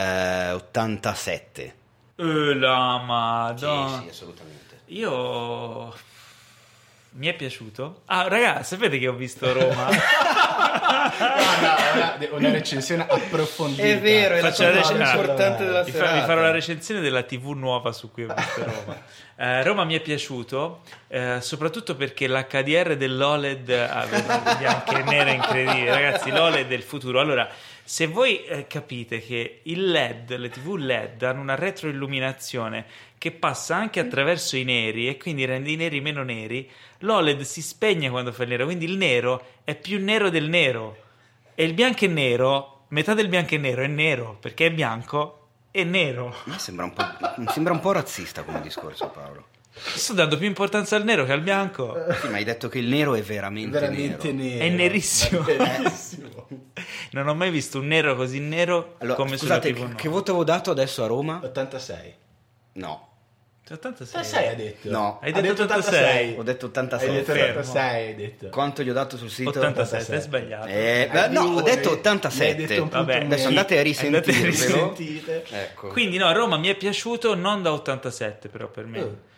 87. La madonna. Sì, assolutamente. Io mi è piaciuto. Ah, ragazzi, sapete che ho visto Roma? una recensione approfondita. È vero, è la Faccio la cosa più importante della vi serata. farò la recensione della TV nuova su cui ho visto Roma. Roma mi è piaciuto, soprattutto perché l'HDR dell'OLED aveva bianco e nero incredibile. Ragazzi, l'OLED è il futuro. Allora, se voi capite che il LED, le TV LED hanno una retroilluminazione che passa anche attraverso i neri e quindi rende i neri meno neri, l'OLED si spegne quando fa il nero, quindi il nero è più nero del nero e il bianco e nero, metà del bianco e nero è nero perché è bianco e nero. Mi sembra un po' razzista come discorso, Paolo. Sto dando più importanza al nero che al bianco. Sì, ma hai detto che il nero è veramente nero. È nerissimo. Non ho mai visto un nero così nero Allora, come scusate, sulla TV. che voto avevo dato adesso a Roma? 86. No. 86 ha detto? No. Hai detto 86. Ho detto 86. Hai detto Fermo. 86, hai detto. Quanto gli ho dato sul sito? 87, è sbagliato. No, ho detto 87. Mi hai detto un punto Vabbè, meno. Adesso andate a risentirvelo. risentite. Ecco. Quindi no, Roma mi è piaciuto non da 87 però per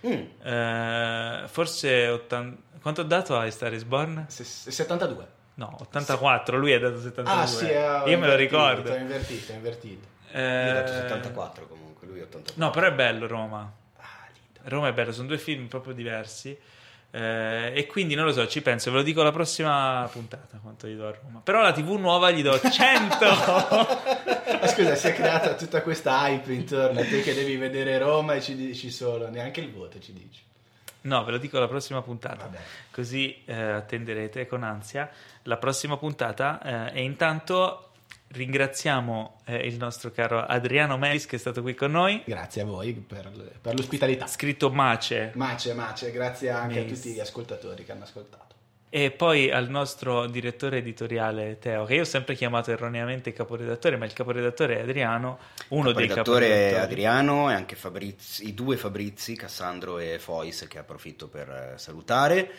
me. Forse 80... Quanto ho dato a Star is Born? 72. No, 84, lui ha dato 72. Ah sì, io me lo ricordo. È invertito. Io ho detto 74 comunque, lui 84. No, però è bello Roma. Roma è bello, sono due film proprio diversi. E quindi non lo so, ci penso, ve lo dico la prossima puntata quanto gli do a Roma. Però la TV nuova gli do 100. Scusa, si è creata tutta questa hype intorno a te che devi vedere Roma e ci dici solo, neanche il voto ci dici. No, ve lo dico la prossima puntata. Vabbè. Così attenderete con ansia la prossima puntata. E intanto ringraziamo il nostro caro Adriano Melis che è stato qui con noi. Grazie a voi per l'ospitalità. Scritto Mace. Mace, grazie anche Melis. a tutti gli ascoltatori che hanno ascoltato. E poi al nostro direttore editoriale Teo, che io ho sempre chiamato erroneamente caporedattore, ma il caporedattore è Adriano, uno dei caporedattore caporedattori. è Adriano e anche i due Fabrizi, Cassandro e Fois, che approfitto per salutare.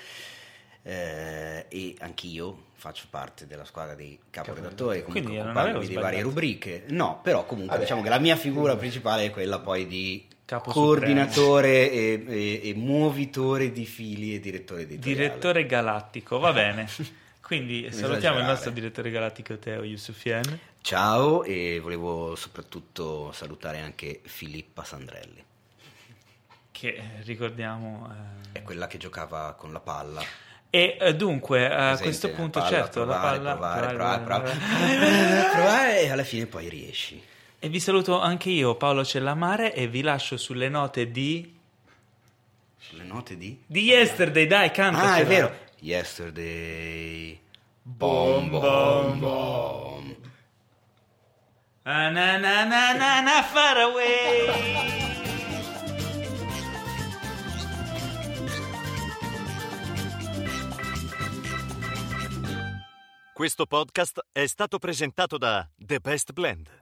E anch'io faccio parte della squadra dei caporedattori, comunque Quindi non occupandomi avevo di varie sbagliato. rubriche. No, però comunque Vabbè. diciamo che la mia figura principale è quella poi di Capo coordinatore e muovitore di fili e direttore editoriale. Direttore galattico, va bene. Quindi salutiamo il esagerare. nostro direttore galattico Teo Yusufian. Ciao, e volevo soprattutto salutare anche Filippa Sandrelli. Che ricordiamo È quella che giocava con la palla. e dunque a Presente, questo punto palla, certo provare, la palla provare e alla fine poi riesci. e vi saluto anche io Paolo Cellamare e vi lascio sulle note di Le note di? Yesterday, dai, cantacela. Ah, è vero. Yesterday. Bom bom bom. Na na na na na far away. Questo podcast è stato presentato da The Best Blend.